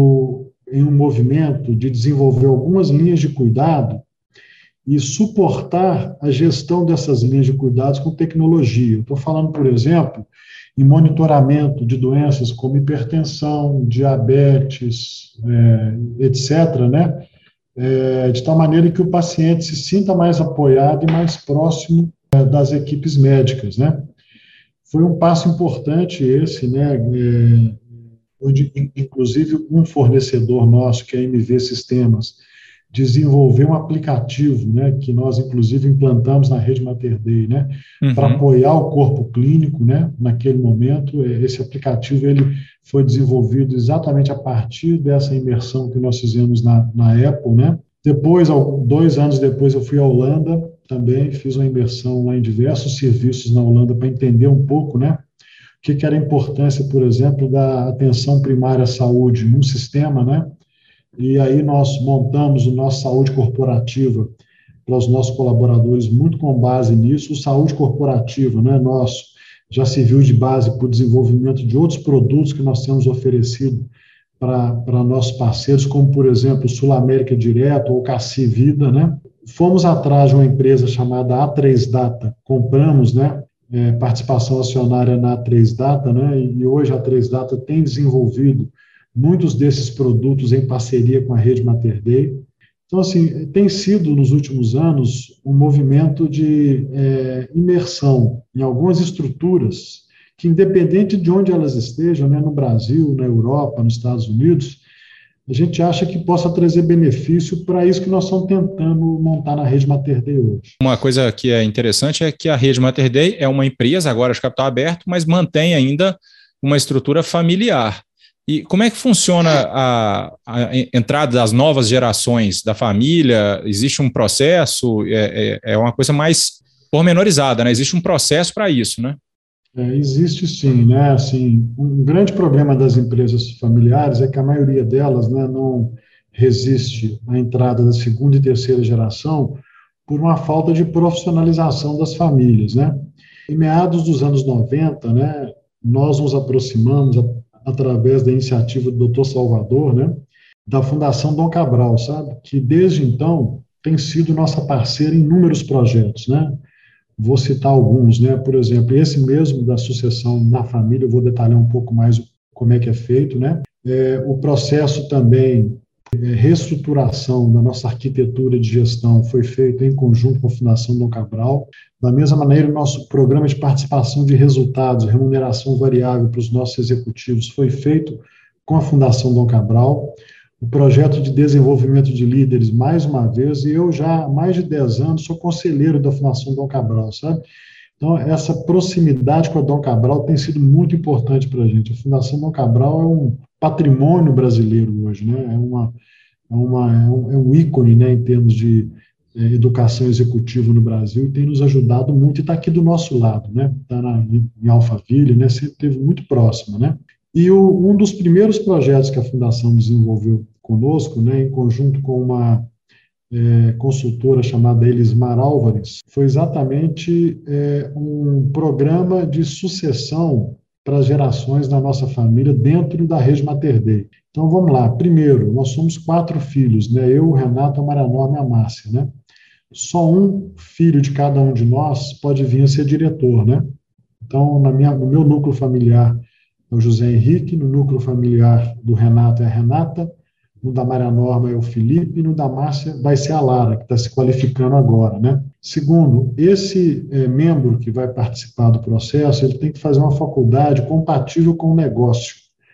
em um movimento de desenvolver algumas linhas de cuidado e suportar a gestão dessas linhas de cuidados com tecnologia. Eu estou falando, por exemplo, em monitoramento de doenças como hipertensão, diabetes, etc., né? De tal maneira que o paciente se sinta mais apoiado e mais próximo das equipes médicas, né? Foi um passo importante esse, né? Onde, inclusive, um fornecedor nosso, que é a MV Sistemas, desenvolver um aplicativo, né, que nós, inclusive, implantamos na rede Mater Dei, né, para apoiar o corpo clínico, né, naquele momento. Esse aplicativo ele foi desenvolvido exatamente a partir dessa imersão que nós fizemos na Apple, né. Depois, 2 anos depois, eu fui à Holanda, também fiz uma imersão lá em diversos serviços na Holanda para entender um pouco, né, o que era a importância, por exemplo, da atenção primária à saúde num sistema, né. E aí nós montamos o nosso saúde corporativa para os nossos colaboradores, muito com base nisso. O saúde corporativa, né, nosso, já serviu de base para o desenvolvimento de outros produtos que nós temos oferecido para nossos parceiros, como, por exemplo, o Sul América Direto ou Cassi Vida, né? Fomos atrás de uma empresa chamada A3 Data, compramos, né, participação acionária na A3 Data, né, e hoje a A3 Data tem desenvolvido muitos desses produtos em parceria com a rede Mater Dei. Então, assim, tem sido, nos últimos anos, um movimento de imersão em algumas estruturas que, independente de onde elas estejam, né, no Brasil, na Europa, nos Estados Unidos, a gente acha que possa trazer benefício para isso que nós estamos tentando montar na rede Mater Dei hoje. Uma coisa que é interessante é que a rede Mater Dei é uma empresa agora de capital aberto, mas mantém ainda uma estrutura familiar. E como é que funciona a entrada das novas gerações da família? Existe um processo, é uma coisa mais pormenorizada, né? Existe um processo para isso, né? Existe sim, né? Assim, um grande problema das empresas familiares é que a maioria delas, né, não resiste à entrada da segunda e terceira geração por uma falta de profissionalização das famílias, né? Em meados dos anos 90, né, nós nos aproximamos através da iniciativa do Dr. Salvador, né, da Fundação Dom Cabral, sabe? Que desde então tem sido nossa parceira em inúmeros projetos, né? Vou citar alguns, né? Por exemplo, esse mesmo da sucessão na família, eu vou detalhar um pouco mais como é que é feito, né? O processo também, reestruturação da nossa arquitetura de gestão foi feito em conjunto com a Fundação Dom Cabral. Da mesma maneira, o nosso programa de participação de resultados, remuneração variável para os nossos executivos foi feito com a Fundação Dom Cabral. O projeto de desenvolvimento de líderes, mais uma vez, e eu já há mais de 10 anos sou conselheiro da Fundação Dom Cabral, sabe? Então, essa proximidade com a Dom Cabral tem sido muito importante para a gente. A Fundação Dom Cabral é um patrimônio brasileiro hoje, né? É um ícone, né, em termos de educação executiva no Brasil, e tem nos ajudado muito e está aqui do nosso lado, né? Está em Alphaville, né? Sempre esteve muito próxima, né? E um dos primeiros projetos que a Fundação desenvolveu conosco, né, em conjunto com uma consultora chamada Elismar Álvares, foi exatamente um programa de sucessão para as gerações da nossa família dentro da rede Mater Dei. Então, vamos lá. Primeiro, nós somos 4 filhos, né? Eu, o Renato, a Maria Norma e a Márcia, né? Só um filho de cada um de nós pode vir a ser diretor, né? Então, no meu núcleo familiar, é o José Henrique, no núcleo familiar do Renato é a Renata, no da Maria Norma é o Felipe, e no da Márcia vai ser a Lara, que está se qualificando agora, né? Segundo, esse membro que vai participar do processo, ele tem que fazer uma faculdade compatível com o negócio.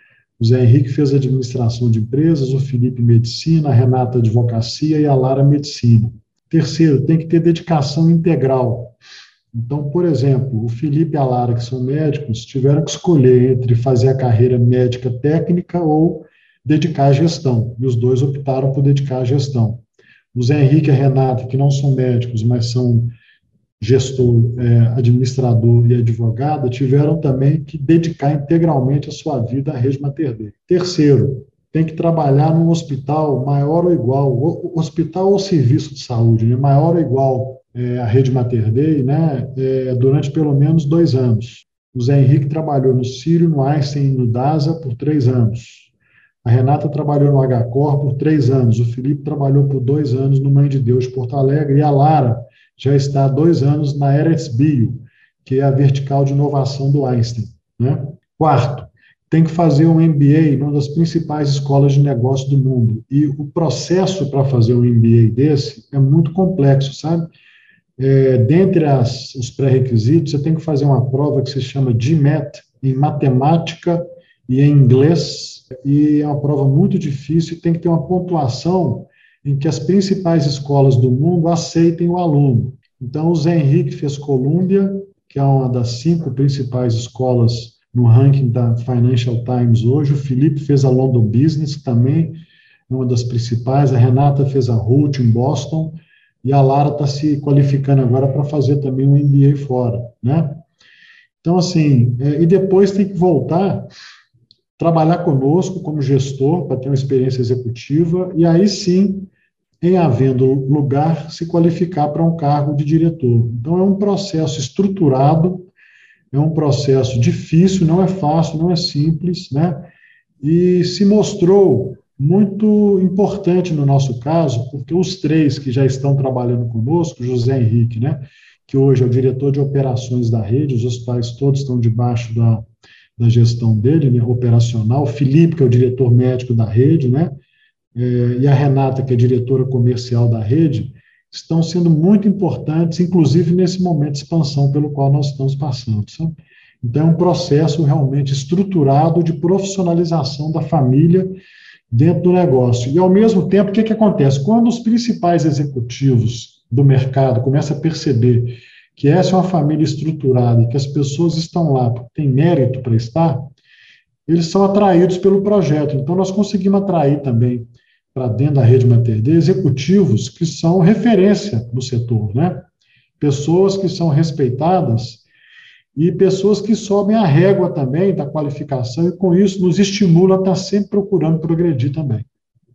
O Zé Henrique fez administração de empresas, o Felipe medicina, a Renata advocacia e a Lara medicina. Terceiro, tem que ter dedicação integral. Então, por exemplo, o Felipe e a Lara, que são médicos, tiveram que escolher entre fazer a carreira médica técnica ou dedicar à gestão, e os dois optaram por dedicar à gestão. O Zé Henrique e a Renata, que não são médicos, mas são gestor, administrador e advogada, tiveram também que dedicar integralmente a sua vida à rede Mater Dei. Terceiro, tem que trabalhar num hospital maior ou igual, hospital ou serviço de saúde, né, maior ou igual a rede Mater Dei, né, durante pelo menos 2 anos. O Zé Henrique trabalhou no Sírio, no Einstein e no DASA por 3 anos. A Renata trabalhou no HCOR por 3 anos. O Felipe trabalhou por 2 anos no Mãe de Deus de Porto Alegre. E a Lara já está há 2 anos na Eretz Bio, que é a vertical de inovação do Einstein, né? Quarto, tem que fazer um MBA em uma das principais escolas de negócio do mundo. E o processo para fazer um MBA desse é muito complexo, sabe? Dentre os pré-requisitos, você tem que fazer uma prova que se chama GMAT, em matemática e em inglês, e é uma prova muito difícil, tem que ter uma pontuação em que as principais escolas do mundo aceitem o aluno. Então, o Zé Henrique fez Columbia, que é uma das 5 principais escolas no ranking da Financial Times hoje. O Felipe fez a London Business, que também é uma das principais. A Renata fez a Hult em Boston. E a Lara está se qualificando agora para fazer também um MBA fora, né? Então, assim, e depois tem que voltar, trabalhar conosco como gestor, para ter uma experiência executiva, e aí sim, em havendo lugar, se qualificar para um cargo de diretor. Então, é um processo estruturado, é um processo difícil, não é fácil, não é simples, né? E se mostrou muito importante no nosso caso, porque os 3 que já estão trabalhando conosco, José Henrique, né, que hoje é o diretor de operações da rede, os hospitais todos estão debaixo da gestão dele, né, operacional, Felipe, que é o diretor médico da rede, né, e a Renata, que é diretora comercial da rede, estão sendo muito importantes, inclusive nesse momento de expansão pelo qual nós estamos passando, sabe? Então, é um processo realmente estruturado de profissionalização da família dentro do negócio. E, ao mesmo tempo, o que acontece? Quando os principais executivos do mercado começam a perceber que essa é uma família estruturada e que as pessoas estão lá porque tem mérito para estar, eles são atraídos pelo projeto. Então, nós conseguimos atrair também para dentro da rede Mater Dei executivos que são referência no setor, né? Pessoas que são respeitadas e pessoas que sobem a régua também da qualificação, e com isso nos estimula a estar sempre procurando progredir também.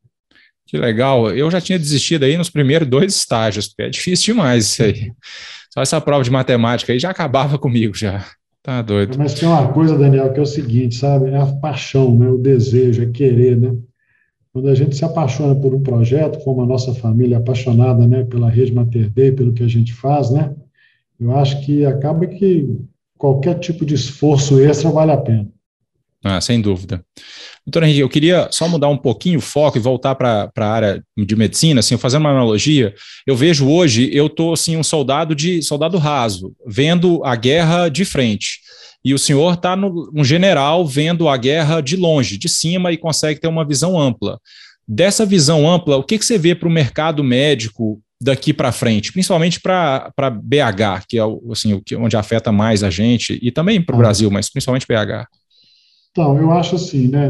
Que legal. Eu já tinha desistido aí nos primeiros 2 estágios, porque é difícil demais isso aí. Só essa prova de matemática aí já acabava comigo já. Tá doido. Mas tem uma coisa, Daniel, que é o seguinte, sabe? É a paixão, né? O desejo, é querer, né? Quando a gente se apaixona por um projeto, como a nossa família é apaixonada, né, pela Rede Mater Dei, pelo que a gente faz, né? Eu acho que acaba que qualquer tipo de esforço extra vale a pena. Ah, sem dúvida. Doutor Henrique, eu queria só mudar um pouquinho o foco e voltar para a área de medicina, assim, fazendo uma analogia. Eu vejo hoje, eu estou assim, um soldado raso, vendo a guerra de frente. E o senhor está um general vendo a guerra de longe, de cima, e consegue ter uma visão ampla. Dessa visão ampla, o que você vê para o mercado médico daqui para frente, principalmente para BH, que é assim, onde afeta mais a gente, e também para o Brasil, mas principalmente BH? Então, eu acho assim, né,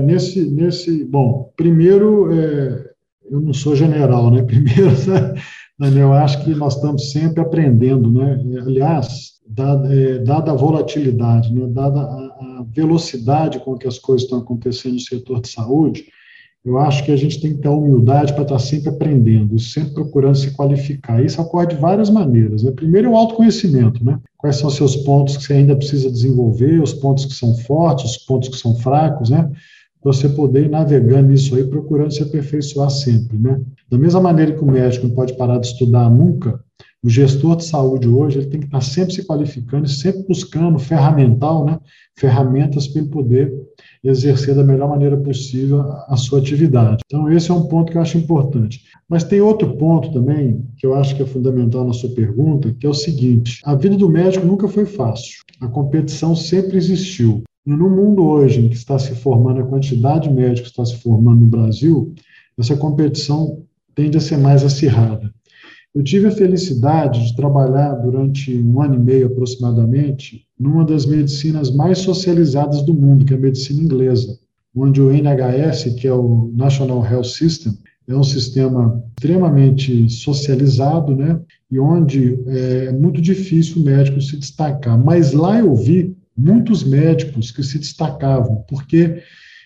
bom, primeiro, eu não sou general, né, primeiro, Daniel, eu acho que nós estamos sempre aprendendo, né, aliás, dada a volatilidade, né, dada a velocidade com que as coisas estão acontecendo no setor de saúde, eu acho que a gente tem que ter a humildade para estar sempre aprendendo, sempre procurando se qualificar. Isso ocorre de várias maneiras, né? Primeiro é o autoconhecimento, né? Quais são os seus pontos que você ainda precisa desenvolver, os pontos que são fortes, os pontos que são fracos, né? Para você poder ir navegando nisso aí, procurando se aperfeiçoar sempre, né? Da mesma maneira que o médico não pode parar de estudar nunca, o gestor de saúde hoje ele tem que estar sempre se qualificando, sempre buscando ferramental, né? Ferramentas para ele poder exercer da melhor maneira possível a sua atividade. Então, esse é um ponto que eu acho importante. Mas tem outro ponto também, que eu acho que é fundamental na sua pergunta, que é o seguinte: a vida do médico nunca foi fácil. A competição sempre existiu. E no mundo hoje, em que está se formando, a quantidade de médicos que está se formando no Brasil, essa competição tende a ser mais acirrada. Eu tive a felicidade de trabalhar durante 1 ano e meio aproximadamente numa das medicinas mais socializadas do mundo, que é a medicina inglesa, onde o NHS, que é o National Health System, é um sistema extremamente socializado, né? E onde é muito difícil o médico se destacar. Mas lá eu vi muitos médicos que se destacavam, porque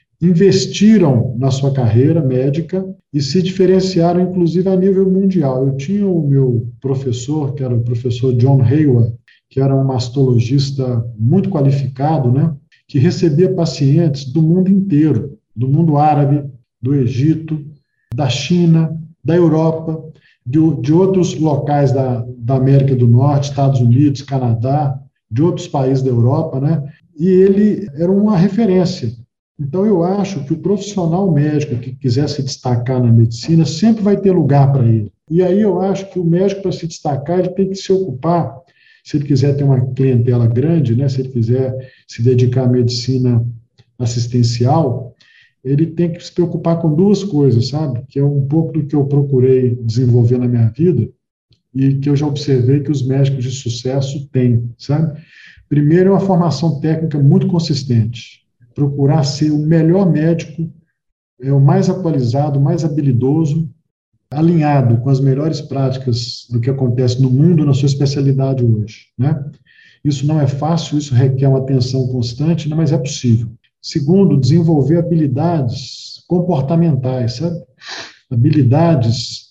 investiram na sua carreira médica e se diferenciaram, inclusive, a nível mundial. Eu tinha o meu professor, que era o professor John Hayward, que era um mastologista muito qualificado, né, que recebia pacientes do mundo inteiro, do mundo árabe, do Egito, da China, da Europa, de outros locais da América do Norte, Estados Unidos, Canadá, de outros países da Europa, né, e ele era uma referência. Então, eu acho que o profissional médico que quiser se destacar na medicina sempre vai ter lugar para ele. E aí eu acho que o médico, para se destacar, ele tem que se ocupar, se ele quiser ter uma clientela grande, né, se ele quiser se dedicar à medicina assistencial, ele tem que se preocupar com duas coisas, sabe? Que é um pouco do que eu procurei desenvolver na minha vida e que eu já observei que os médicos de sucesso têm, sabe? Primeiro, é uma formação técnica muito consistente. Procurar ser o melhor médico, o mais atualizado, o mais habilidoso, alinhado com as melhores práticas do que acontece no mundo na sua especialidade hoje, né? Isso não é fácil, isso requer uma atenção constante, né, mas é possível. Segundo, desenvolver habilidades comportamentais, sabe? Habilidades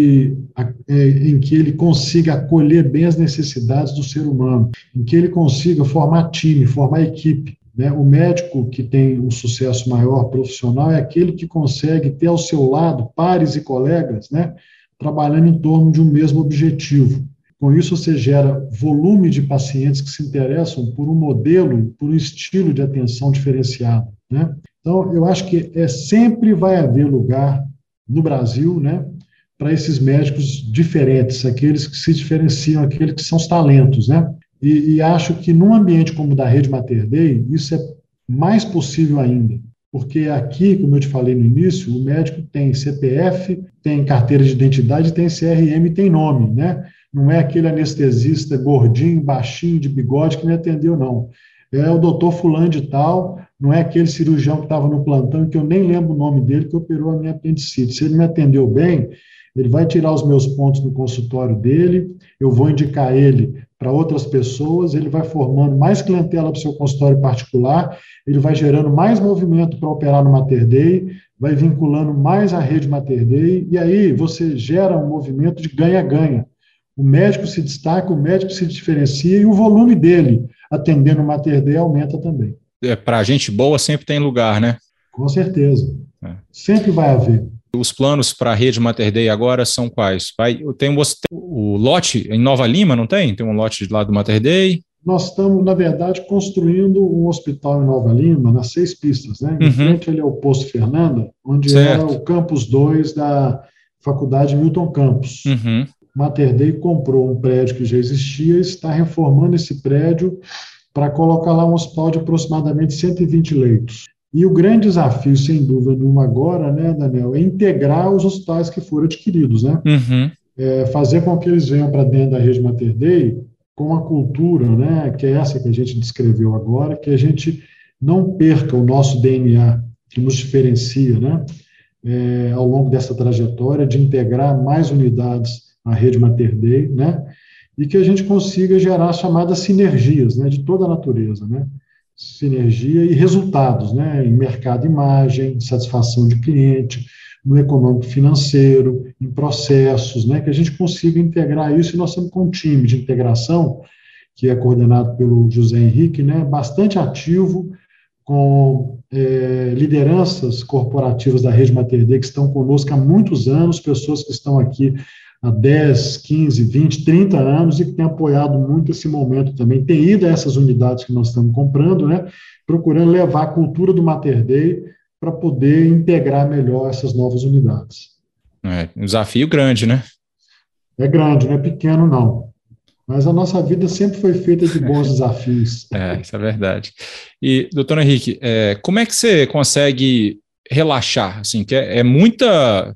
em que ele consiga acolher bem as necessidades do ser humano, em que ele consiga formar time, formar equipe, né? O médico que tem um sucesso maior profissional é aquele que consegue ter ao seu lado pares e colegas, né, trabalhando em torno de um mesmo objetivo. Com isso, você gera volume de pacientes que se interessam por um modelo, por um estilo de atenção diferenciado, né? Então, eu acho que sempre vai haver lugar no Brasil, né, para esses médicos diferentes, aqueles que se diferenciam, aqueles que são os talentos, né? E acho que num ambiente como o da Rede Mater Dei, isso é mais possível ainda, porque aqui, como eu te falei no início, o médico tem CPF, tem carteira de identidade, tem CRM, tem nome, né? Não é aquele anestesista gordinho, baixinho, de bigode que me atendeu, não. É o doutor fulano de tal, não é aquele cirurgião que estava no plantão, que eu nem lembro o nome dele, que operou a minha apendicite. Se ele me atendeu bem, ele vai tirar os meus pontos no consultório dele, eu vou indicar ele para outras pessoas, ele vai formando mais clientela para o seu consultório particular, ele vai gerando mais movimento para operar no Mater Dei, vai vinculando mais a rede Mater Dei, e aí você gera um movimento de ganha-ganha. O médico se destaca, o médico se diferencia e o volume dele atendendo o Mater Dei aumenta também. Para gente boa sempre tem lugar, né? Com certeza. Sempre vai haver. Os planos para a rede Mater Dei agora são quais? Tem o lote em Nova Lima, não tem? Tem um lote lá do Mater Dei? Nós estamos, na verdade, construindo um hospital em Nova Lima, nas 6 pistas, né? Em frente ali ao Posto Fernanda, onde era o Campus 2 da Faculdade Milton Campos. Mater Dei comprou um prédio que já existia e está reformando esse prédio para colocar lá um hospital de aproximadamente 120 leitos. E o grande desafio, sem dúvida nenhuma agora, né, Daniel, é integrar os hospitais que foram adquiridos, né? Fazer com que eles venham para dentro da rede Mater Dei com uma cultura, né, que é essa que a gente descreveu agora, que a gente não perca o nosso DNA, que nos diferencia, né, ao longo dessa trajetória, de integrar mais unidades à rede Mater Dei, né, e que a gente consiga gerar as chamadas sinergias, né, de toda a natureza, né, sinergia e resultados, né, em mercado, imagem, satisfação de cliente, no econômico financeiro, em processos, né, que a gente consiga integrar isso, e nós estamos com um time de integração, que é coordenado pelo José Henrique, né, bastante ativo, com lideranças corporativas da Rede Mater Dei que estão conosco há muitos anos, pessoas que estão aqui há 10, 15, 20, 30 anos e que têm apoiado muito esse momento também. Tem ido a essas unidades que nós estamos comprando, né, procurando levar a cultura do Mater Dei para poder integrar melhor essas novas unidades. Um desafio grande, né? É grande, não é pequeno, não. Mas a nossa vida sempre foi feita de bons desafios. Isso é verdade. E, doutor Henrique, como é que você consegue relaxar? Assim, que é muita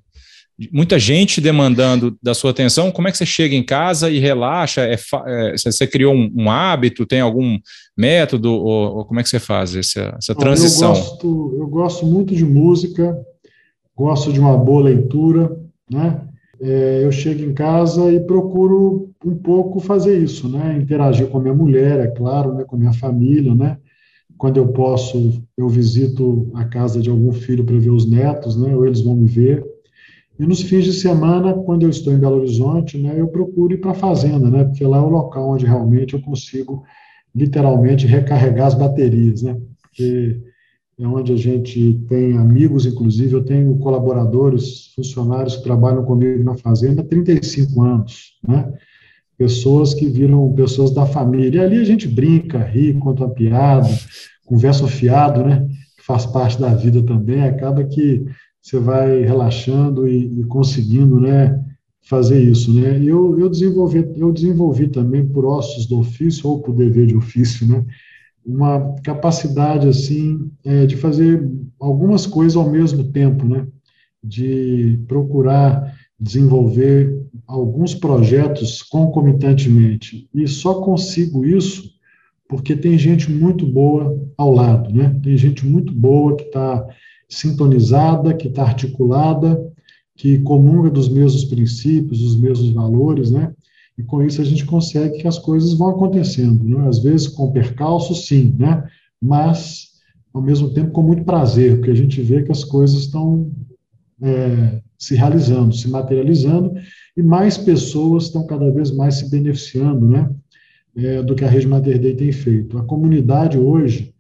gente demandando da sua atenção. Como é que você chega em casa e relaxa? Você criou um hábito? Tem algum método? Ou como é que você faz essa transição? Eu gosto muito de música, gosto de uma boa leitura, né? Eu chego em casa e procuro um pouco fazer isso, né? Interagir com a minha mulher, é claro, né? Com a minha família, né? Quando eu posso, eu visito a casa de algum filho para ver os netos, né? Ou eles vão me ver. E nos fins de semana, quando eu estou em Belo Horizonte, né, eu procuro ir para a fazenda, né? Porque lá é o local onde realmente eu consigo, literalmente, recarregar as baterias, né? Porque é onde a gente tem amigos, inclusive, eu tenho colaboradores, funcionários que trabalham comigo na fazenda há 35 anos, né? Pessoas que viram pessoas da família. E ali a gente brinca, ri, conta uma piada, conversa fiado, né? Que faz parte da vida também. Acaba que você vai relaxando e conseguindo, né, fazer isso, né? Eu desenvolvi também por ossos do ofício ou por dever de ofício, né? uma capacidade assim de fazer algumas coisas ao mesmo tempo, né? De procurar desenvolver alguns projetos concomitantemente. E só consigo isso porque tem gente muito boa ao lado, né? Tem gente muito boa que está sintonizada, que está articulada, que comunga dos mesmos princípios, dos mesmos valores, né? E com isso a gente consegue que as coisas vão acontecendo, né? Às vezes com percalço, sim, né? Mas, ao mesmo tempo, com muito prazer, porque a gente vê que as coisas estão se realizando, se materializando, e mais pessoas estão cada vez mais se beneficiando, né? Do que a Rede Mater Dei tem feito. A comunidade hoje,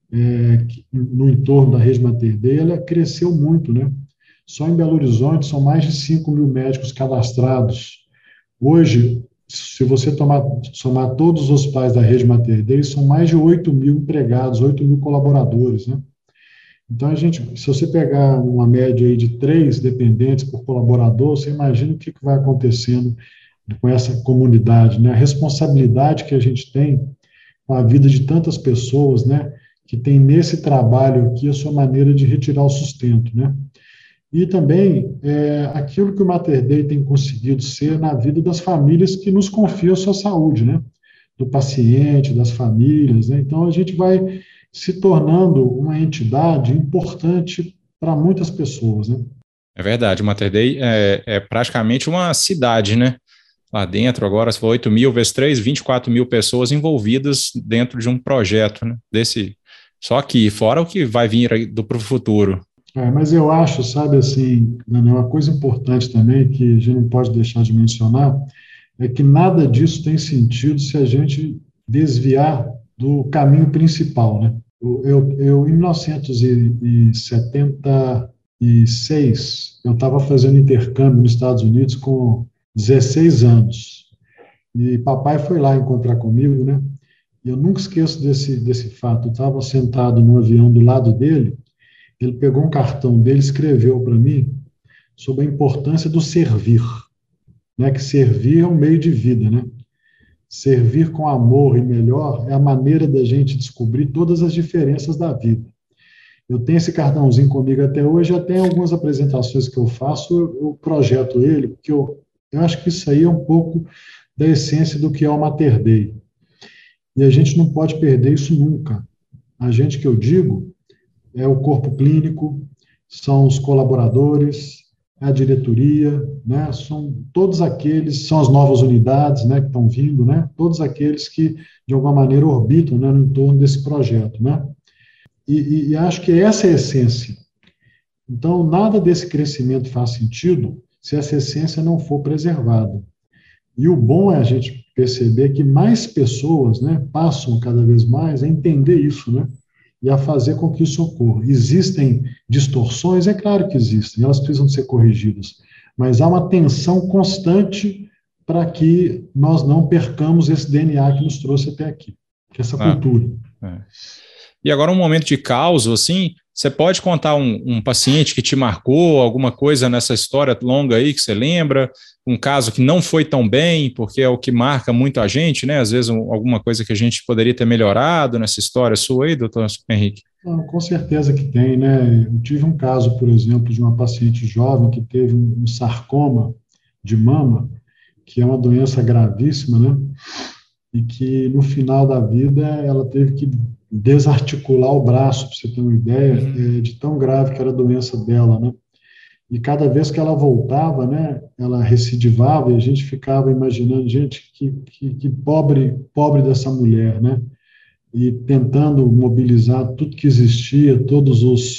no entorno da Rede Mater Dei, ela cresceu muito, né? Só em Belo Horizonte são mais de 5 mil médicos cadastrados. Hoje, se você somar todos os pais da Rede Mater Dei, são mais de 8 mil empregados, 8 mil colaboradores, né? Então, se você pegar uma média aí de 3 dependentes por colaborador, você imagina o que vai acontecendo com essa comunidade, né? A responsabilidade que a gente tem com a vida de tantas pessoas, né? Que tem nesse trabalho aqui a sua maneira de retirar o sustento, né? E também aquilo que o Mater Dei tem conseguido ser na vida das famílias que nos confiam a sua saúde, né? Do paciente, das famílias, né? Então, a gente vai se tornando uma entidade importante para muitas pessoas, né? É verdade, o Mater Dei é praticamente uma cidade, né? Lá dentro, agora, se for 8 mil vezes 3, 24 mil pessoas envolvidas dentro de um projeto, né? Só que, fora o que vai vir para o futuro. Mas eu acho, sabe, assim, Daniel, uma coisa importante também que a gente não pode deixar de mencionar é que nada disso tem sentido se a gente desviar do caminho principal, né? Em 1976, eu estava fazendo intercâmbio nos Estados Unidos com 16 anos. E papai foi lá encontrar comigo, né? E eu nunca esqueço desse fato. Eu estava sentado no avião do lado dele, ele pegou um cartão dele e escreveu para mim sobre a importância do servir, né? Que servir é um meio de vida, né? Servir com amor e melhor é a maneira da gente descobrir todas as diferenças da vida. Eu tenho esse cartãozinho comigo até hoje, já tem algumas apresentações que eu faço, eu projeto ele, porque eu acho que isso aí é um pouco da essência do que é o Mater Dei. E a gente não pode perder isso nunca. A gente que eu digo é o corpo clínico, são os colaboradores, a diretoria, né? São todos aqueles, são as novas unidades, né, que estão vindo, né? Todos aqueles que, de alguma maneira, orbitam, né, no entorno desse projeto, né? E acho que essa é a essência. Então, nada desse crescimento faz sentido se essa essência não for preservada. E o bom é a gente perceber que mais pessoas, né, passam cada vez mais a entender isso, né, e a fazer com que isso ocorra. Existem distorções? É claro que existem, elas precisam ser corrigidas, mas há uma tensão constante para que nós não percamos esse DNA que nos trouxe até aqui, que é essa cultura. E agora um momento de caos, assim, você pode contar um paciente que te marcou, alguma coisa nessa história longa aí que você lembra, um caso que não foi tão bem, porque é o que marca muito a gente, né? Às vezes alguma coisa que a gente poderia ter melhorado nessa história sua aí, doutor Henrique? Não, com certeza que tem, né? Eu tive um caso, por exemplo, de uma paciente jovem que teve um sarcoma de mama, que é uma doença gravíssima, né? E que no final da vida ela teve que desarticular o braço, para você ter uma ideia, de tão grave que era a doença dela, né? E cada vez que ela voltava, né, ela recidivava e a gente ficava imaginando, gente, que pobre dessa mulher, né? E tentando mobilizar tudo que existia, todos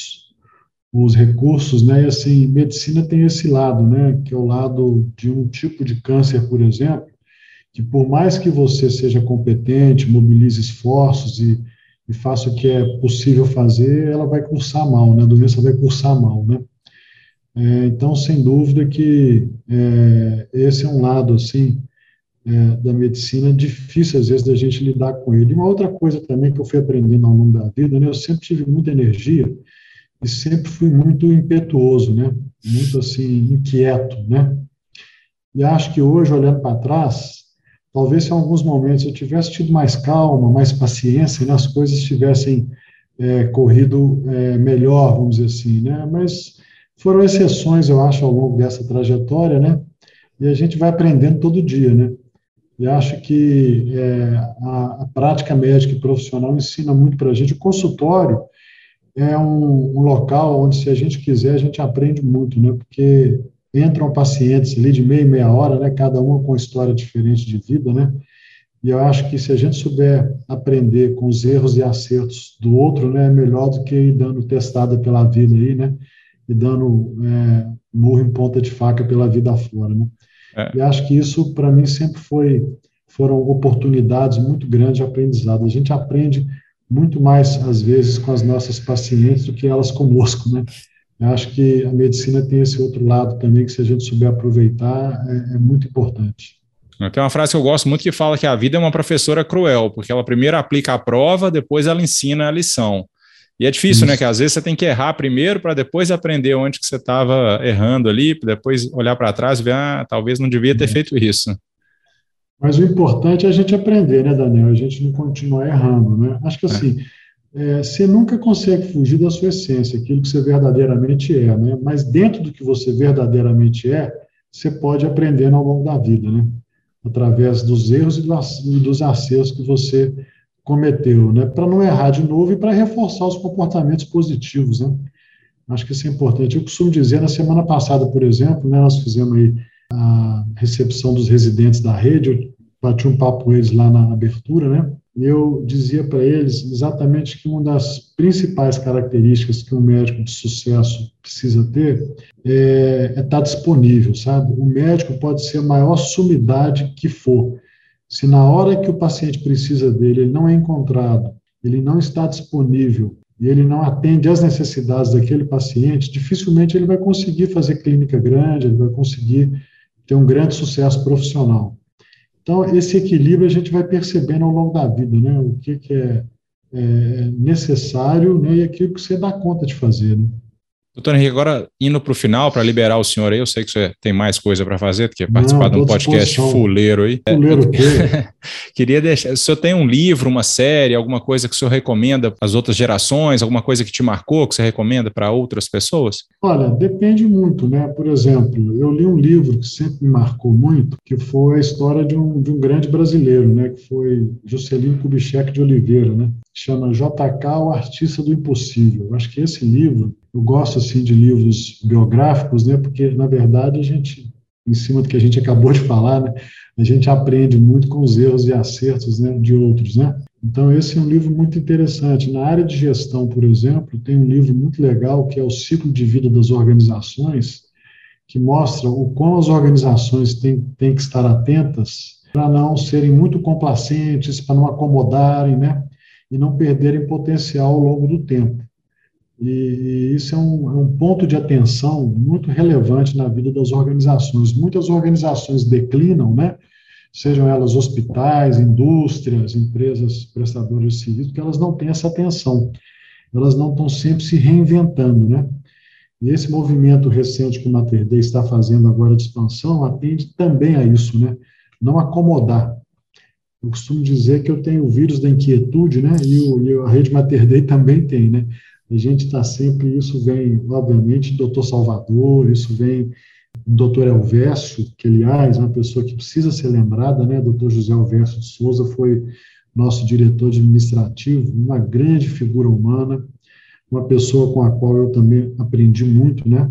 os recursos, né? E assim, medicina tem esse lado, né? Que é o lado de um tipo de câncer, por exemplo, que por mais que você seja competente, mobilize esforços e faça o que é possível fazer, ela vai cursar mal, né? A doença vai cursar mal, né? Então, sem dúvida que esse é um lado, assim, da medicina difícil, às vezes, da gente lidar com ele. E uma outra coisa também que eu fui aprendendo ao longo da vida, né? Eu sempre tive muita energia e sempre fui muito impetuoso, né? Muito, assim, inquieto, né? E acho que hoje, olhando para trás, talvez se em alguns momentos eu tivesse tido mais calma, mais paciência, né, as coisas tivessem corrido melhor, vamos dizer assim, né? Mas foram exceções, eu acho, ao longo dessa trajetória, né? E a gente vai aprendendo todo dia, né? E acho que a prática médica e profissional ensina muito para a gente. O consultório é um local onde, se a gente quiser, a gente aprende muito, né? Porque entram pacientes ali de meia em meia hora, né? Cada uma com história diferente de vida, né? E eu acho que se a gente souber aprender com os erros e acertos do outro, né? É melhor do que ir dando testada pela vida aí, né? E dando murro em ponta de faca pela vida afora, né? É. E acho que isso, para mim, sempre foram oportunidades muito grandes de aprendizado. A gente aprende muito mais, às vezes, com as nossas pacientes do que elas conosco, né? Eu acho que a medicina tem esse outro lado também, que se a gente souber aproveitar, é muito importante. Tem uma frase que eu gosto muito que fala que a vida é uma professora cruel, porque ela primeiro aplica a prova, depois ela ensina a lição. E é difícil, né? Que Isso. às vezes você tem que errar primeiro para depois aprender onde que você estava errando ali, para depois olhar para trás e ver, talvez não devia ter feito isso. Mas o importante é a gente aprender, né, Daniel? A gente não continuar errando, né? Acho que É. assim, você nunca consegue fugir da sua essência, aquilo que você verdadeiramente é, né? Mas dentro do que você verdadeiramente é, você pode aprender ao longo da vida, né? Através dos erros e dos acertos que você cometeu, né? Para não errar de novo e para reforçar os comportamentos positivos, né? Acho que isso é importante. Eu costumo dizer, na semana passada, por exemplo, né, nós fizemos aí a recepção dos residentes da rede, eu bati um papo com eles lá na abertura, né? E eu dizia para eles exatamente que uma das principais características que um médico de sucesso precisa ter é estar disponível, sabe? O médico pode ser a maior sumidade que for. Se na hora que o paciente precisa dele, ele não é encontrado, ele não está disponível e ele não atende às necessidades daquele paciente, dificilmente ele vai conseguir fazer clínica grande, ele vai conseguir ter um grande sucesso profissional. Então, esse equilíbrio a gente vai percebendo ao longo da vida, né? O que é necessário, né? E aquilo que você dá conta de fazer, né? Doutor Henrique, agora indo para o final, para liberar o senhor aí, eu sei que você tem mais coisa para fazer do que Não, participar de estou um à podcast disposição. fuleiro aí. Fuleiro o quê? Queria deixar, o senhor tem um livro, uma série, alguma coisa que o senhor recomenda às outras gerações, alguma coisa que te marcou, que você recomenda para outras pessoas? Olha, depende muito, né? Por exemplo, eu li um livro que sempre me marcou muito, que foi a história de um grande brasileiro, né? Que foi Juscelino Kubitschek de Oliveira, né? Chama JK, o Artista do Impossível. Eu acho que esse livro, eu gosto assim de livros biográficos, né? Porque na verdade a gente, em cima do que a gente acabou de falar, né? A gente aprende muito com os erros e acertos, né, de outros, né? Então, esse é um livro muito interessante. Na área de gestão, por exemplo, tem um livro muito legal que é O Ciclo de Vida das Organizações, que mostra o como as organizações têm que estar atentas para não serem muito complacentes, para não acomodarem, né? E não perderem potencial ao longo do tempo. E isso é um ponto de atenção muito relevante na vida das organizações. Muitas organizações declinam, né? Sejam elas hospitais, indústrias, empresas prestadoras de serviço, porque elas não têm essa atenção. Elas não estão sempre se reinventando, né? E esse movimento recente que o Mater Dei está fazendo agora de expansão atende também a isso, né? Não acomodar. Eu costumo dizer que eu tenho o vírus da inquietude, né? E a Rede Mater Dei também tem, né? A gente está sempre, isso vem, obviamente, do Dr. Salvador, isso vem do Dr. Elvésio, que, aliás, é uma pessoa que precisa ser lembrada, né? Dr. José Elvésio de Souza foi nosso diretor administrativo, uma grande figura humana, uma pessoa com a qual eu também aprendi muito, né?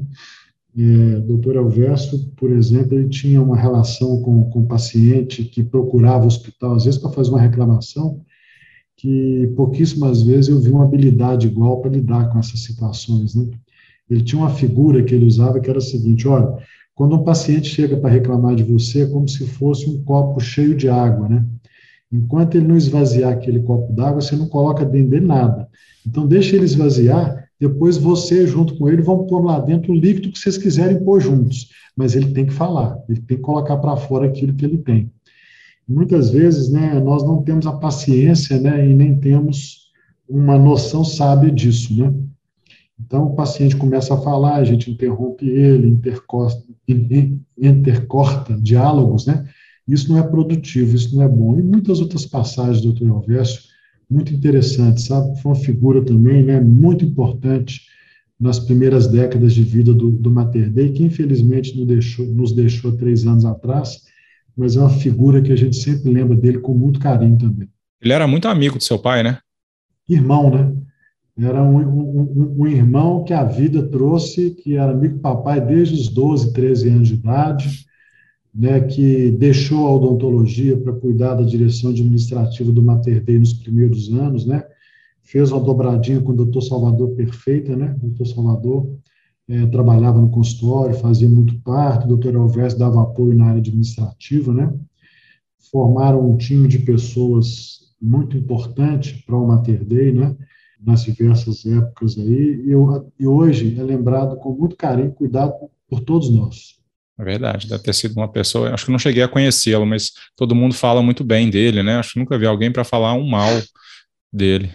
Dr. Elvésio, por exemplo, ele tinha uma relação com o paciente que procurava o hospital, às vezes para fazer uma reclamação, que pouquíssimas vezes eu vi uma habilidade igual para lidar com essas situações, né? Ele tinha uma figura que ele usava que era a seguinte: olha, quando um paciente chega para reclamar de você, é como se fosse um copo cheio de água, né? Enquanto ele não esvaziar aquele copo d'água, você não coloca dentro dele nada. Então, deixa ele esvaziar, depois você, junto com ele, vão pôr lá dentro o líquido que vocês quiserem pôr juntos. Mas ele tem que falar, ele tem que colocar para fora aquilo que ele tem. Muitas vezes, né, nós não temos a paciência, né, e nem temos uma noção sábia disso, né? Então, o paciente começa a falar, a gente interrompe ele, intercorta diálogos, né? Isso não é produtivo, isso não é bom. E muitas outras passagens do Dr. Elvésio, muito interessantes, sabe? Foi uma figura também, né, muito importante nas primeiras décadas de vida do Mater Dei, que infelizmente nos deixou 3 anos atrás, mas é uma figura que a gente sempre lembra dele com muito carinho também. Ele era muito amigo do seu pai, né? Irmão, né? Era um irmão que a vida trouxe, que era amigo do papai desde os 12, 13 anos de idade, né, que deixou a odontologia para cuidar da direção administrativa do Mater Dei nos primeiros anos, né? Fez uma dobradinha com o doutor Salvador perfeita, né? O doutor Salvador trabalhava no consultório, fazia muito parte, o doutor Elvésio dava apoio na área administrativa, né? Formaram um time de pessoas muito importante para o Mater Dei, né? Nas diversas épocas aí, e hoje é lembrado com muito carinho e cuidado por todos nós. É verdade, deve ter sido uma pessoa, acho que não cheguei a conhecê-lo, mas todo mundo fala muito bem dele, né? Acho que nunca vi alguém para falar um mal dele.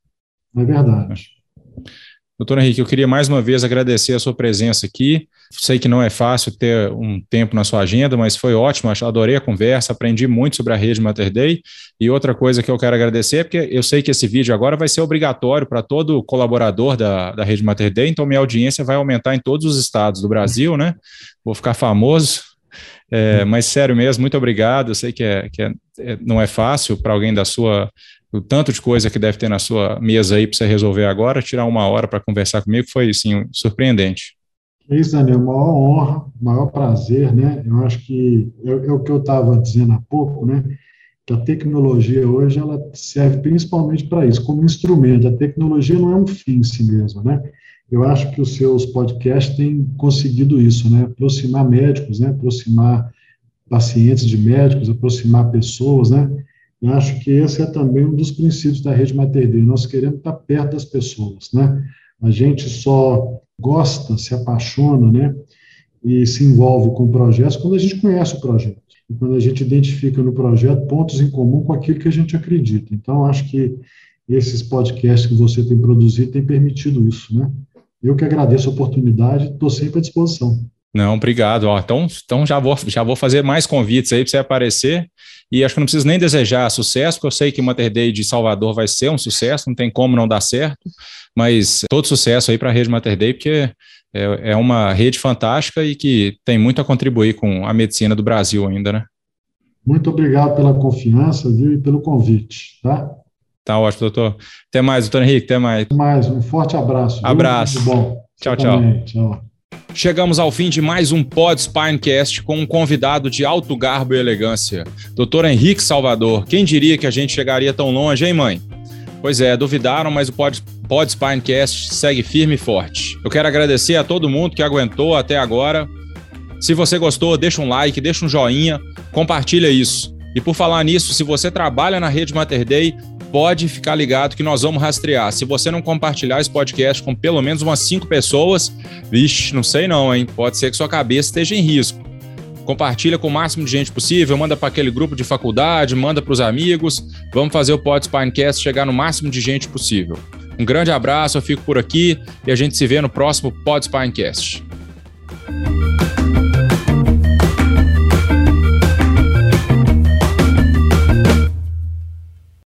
É verdade. Doutor Henrique, eu queria mais uma vez agradecer a sua presença aqui. Sei que não é fácil ter um tempo na sua agenda, mas foi ótimo, adorei a conversa, aprendi muito sobre a rede Mater Dei. E outra coisa que eu quero agradecer é porque eu sei que esse vídeo agora vai ser obrigatório para todo colaborador da rede Mater Dei, então minha audiência vai aumentar em todos os estados do Brasil, né? Vou ficar famoso. Mas sério mesmo, muito obrigado. Eu sei que não é fácil para alguém o tanto de coisa que deve ter na sua mesa aí para você resolver agora, tirar 1 hora para conversar comigo foi, assim, surpreendente. É isso, Daniel, maior honra, maior prazer, né? Eu acho que é o que eu estava dizendo há pouco, né? Que a tecnologia hoje, ela serve principalmente para isso, como instrumento. A tecnologia não é um fim em si mesma, né? Eu acho que os seus podcasts têm conseguido isso, né? Aproximar médicos, né? Aproximar pacientes de médicos, aproximar pessoas, né? Eu acho que esse é também um dos princípios da rede Mater Dei. Nós queremos estar perto das pessoas, né? A gente só gosta, se apaixona, né? E se envolve com projetos quando a gente conhece o projeto. E quando a gente identifica no projeto pontos em comum com aquilo que a gente acredita. Então, acho que esses podcasts que você tem produzido têm permitido isso, né? Eu que agradeço a oportunidade, estou sempre à disposição. Não, obrigado. Então já vou fazer mais convites aí para você aparecer. E acho que não preciso nem desejar sucesso, porque eu sei que o Mater Dei de Salvador vai ser um sucesso, não tem como não dar certo. Mas todo sucesso aí para a rede Mater Dei, porque é uma rede fantástica e que tem muito a contribuir com a medicina do Brasil ainda, né? Muito obrigado pela confiança, viu, e pelo convite, tá? Tá ótimo, doutor. Até mais, doutor Henrique, até mais. Até mais, um forte abraço. Abraço. Muito bom. Tchau, tchau. Chegamos ao fim de mais um Pod Spinecast com um convidado de alto garbo e elegância, Dr. Henrique Salvador. Quem diria que a gente chegaria tão longe, hein, mãe? Pois é, duvidaram, mas o Pod Spinecast segue firme e forte. Eu quero agradecer a todo mundo que aguentou até agora. Se você gostou, deixa um like, deixa um joinha, compartilha isso. E por falar nisso, se você trabalha na rede Mater Dei, pode ficar ligado que nós vamos rastrear. Se você não compartilhar esse podcast com pelo menos umas 5 pessoas, vixe, não sei não, hein? Pode ser que sua cabeça esteja em risco. Compartilha com o máximo de gente possível, manda para aquele grupo de faculdade, manda para os amigos. Vamos fazer o Pod Spinecast chegar no máximo de gente possível. Um grande abraço, eu fico por aqui e a gente se vê no próximo Pod Spinecast.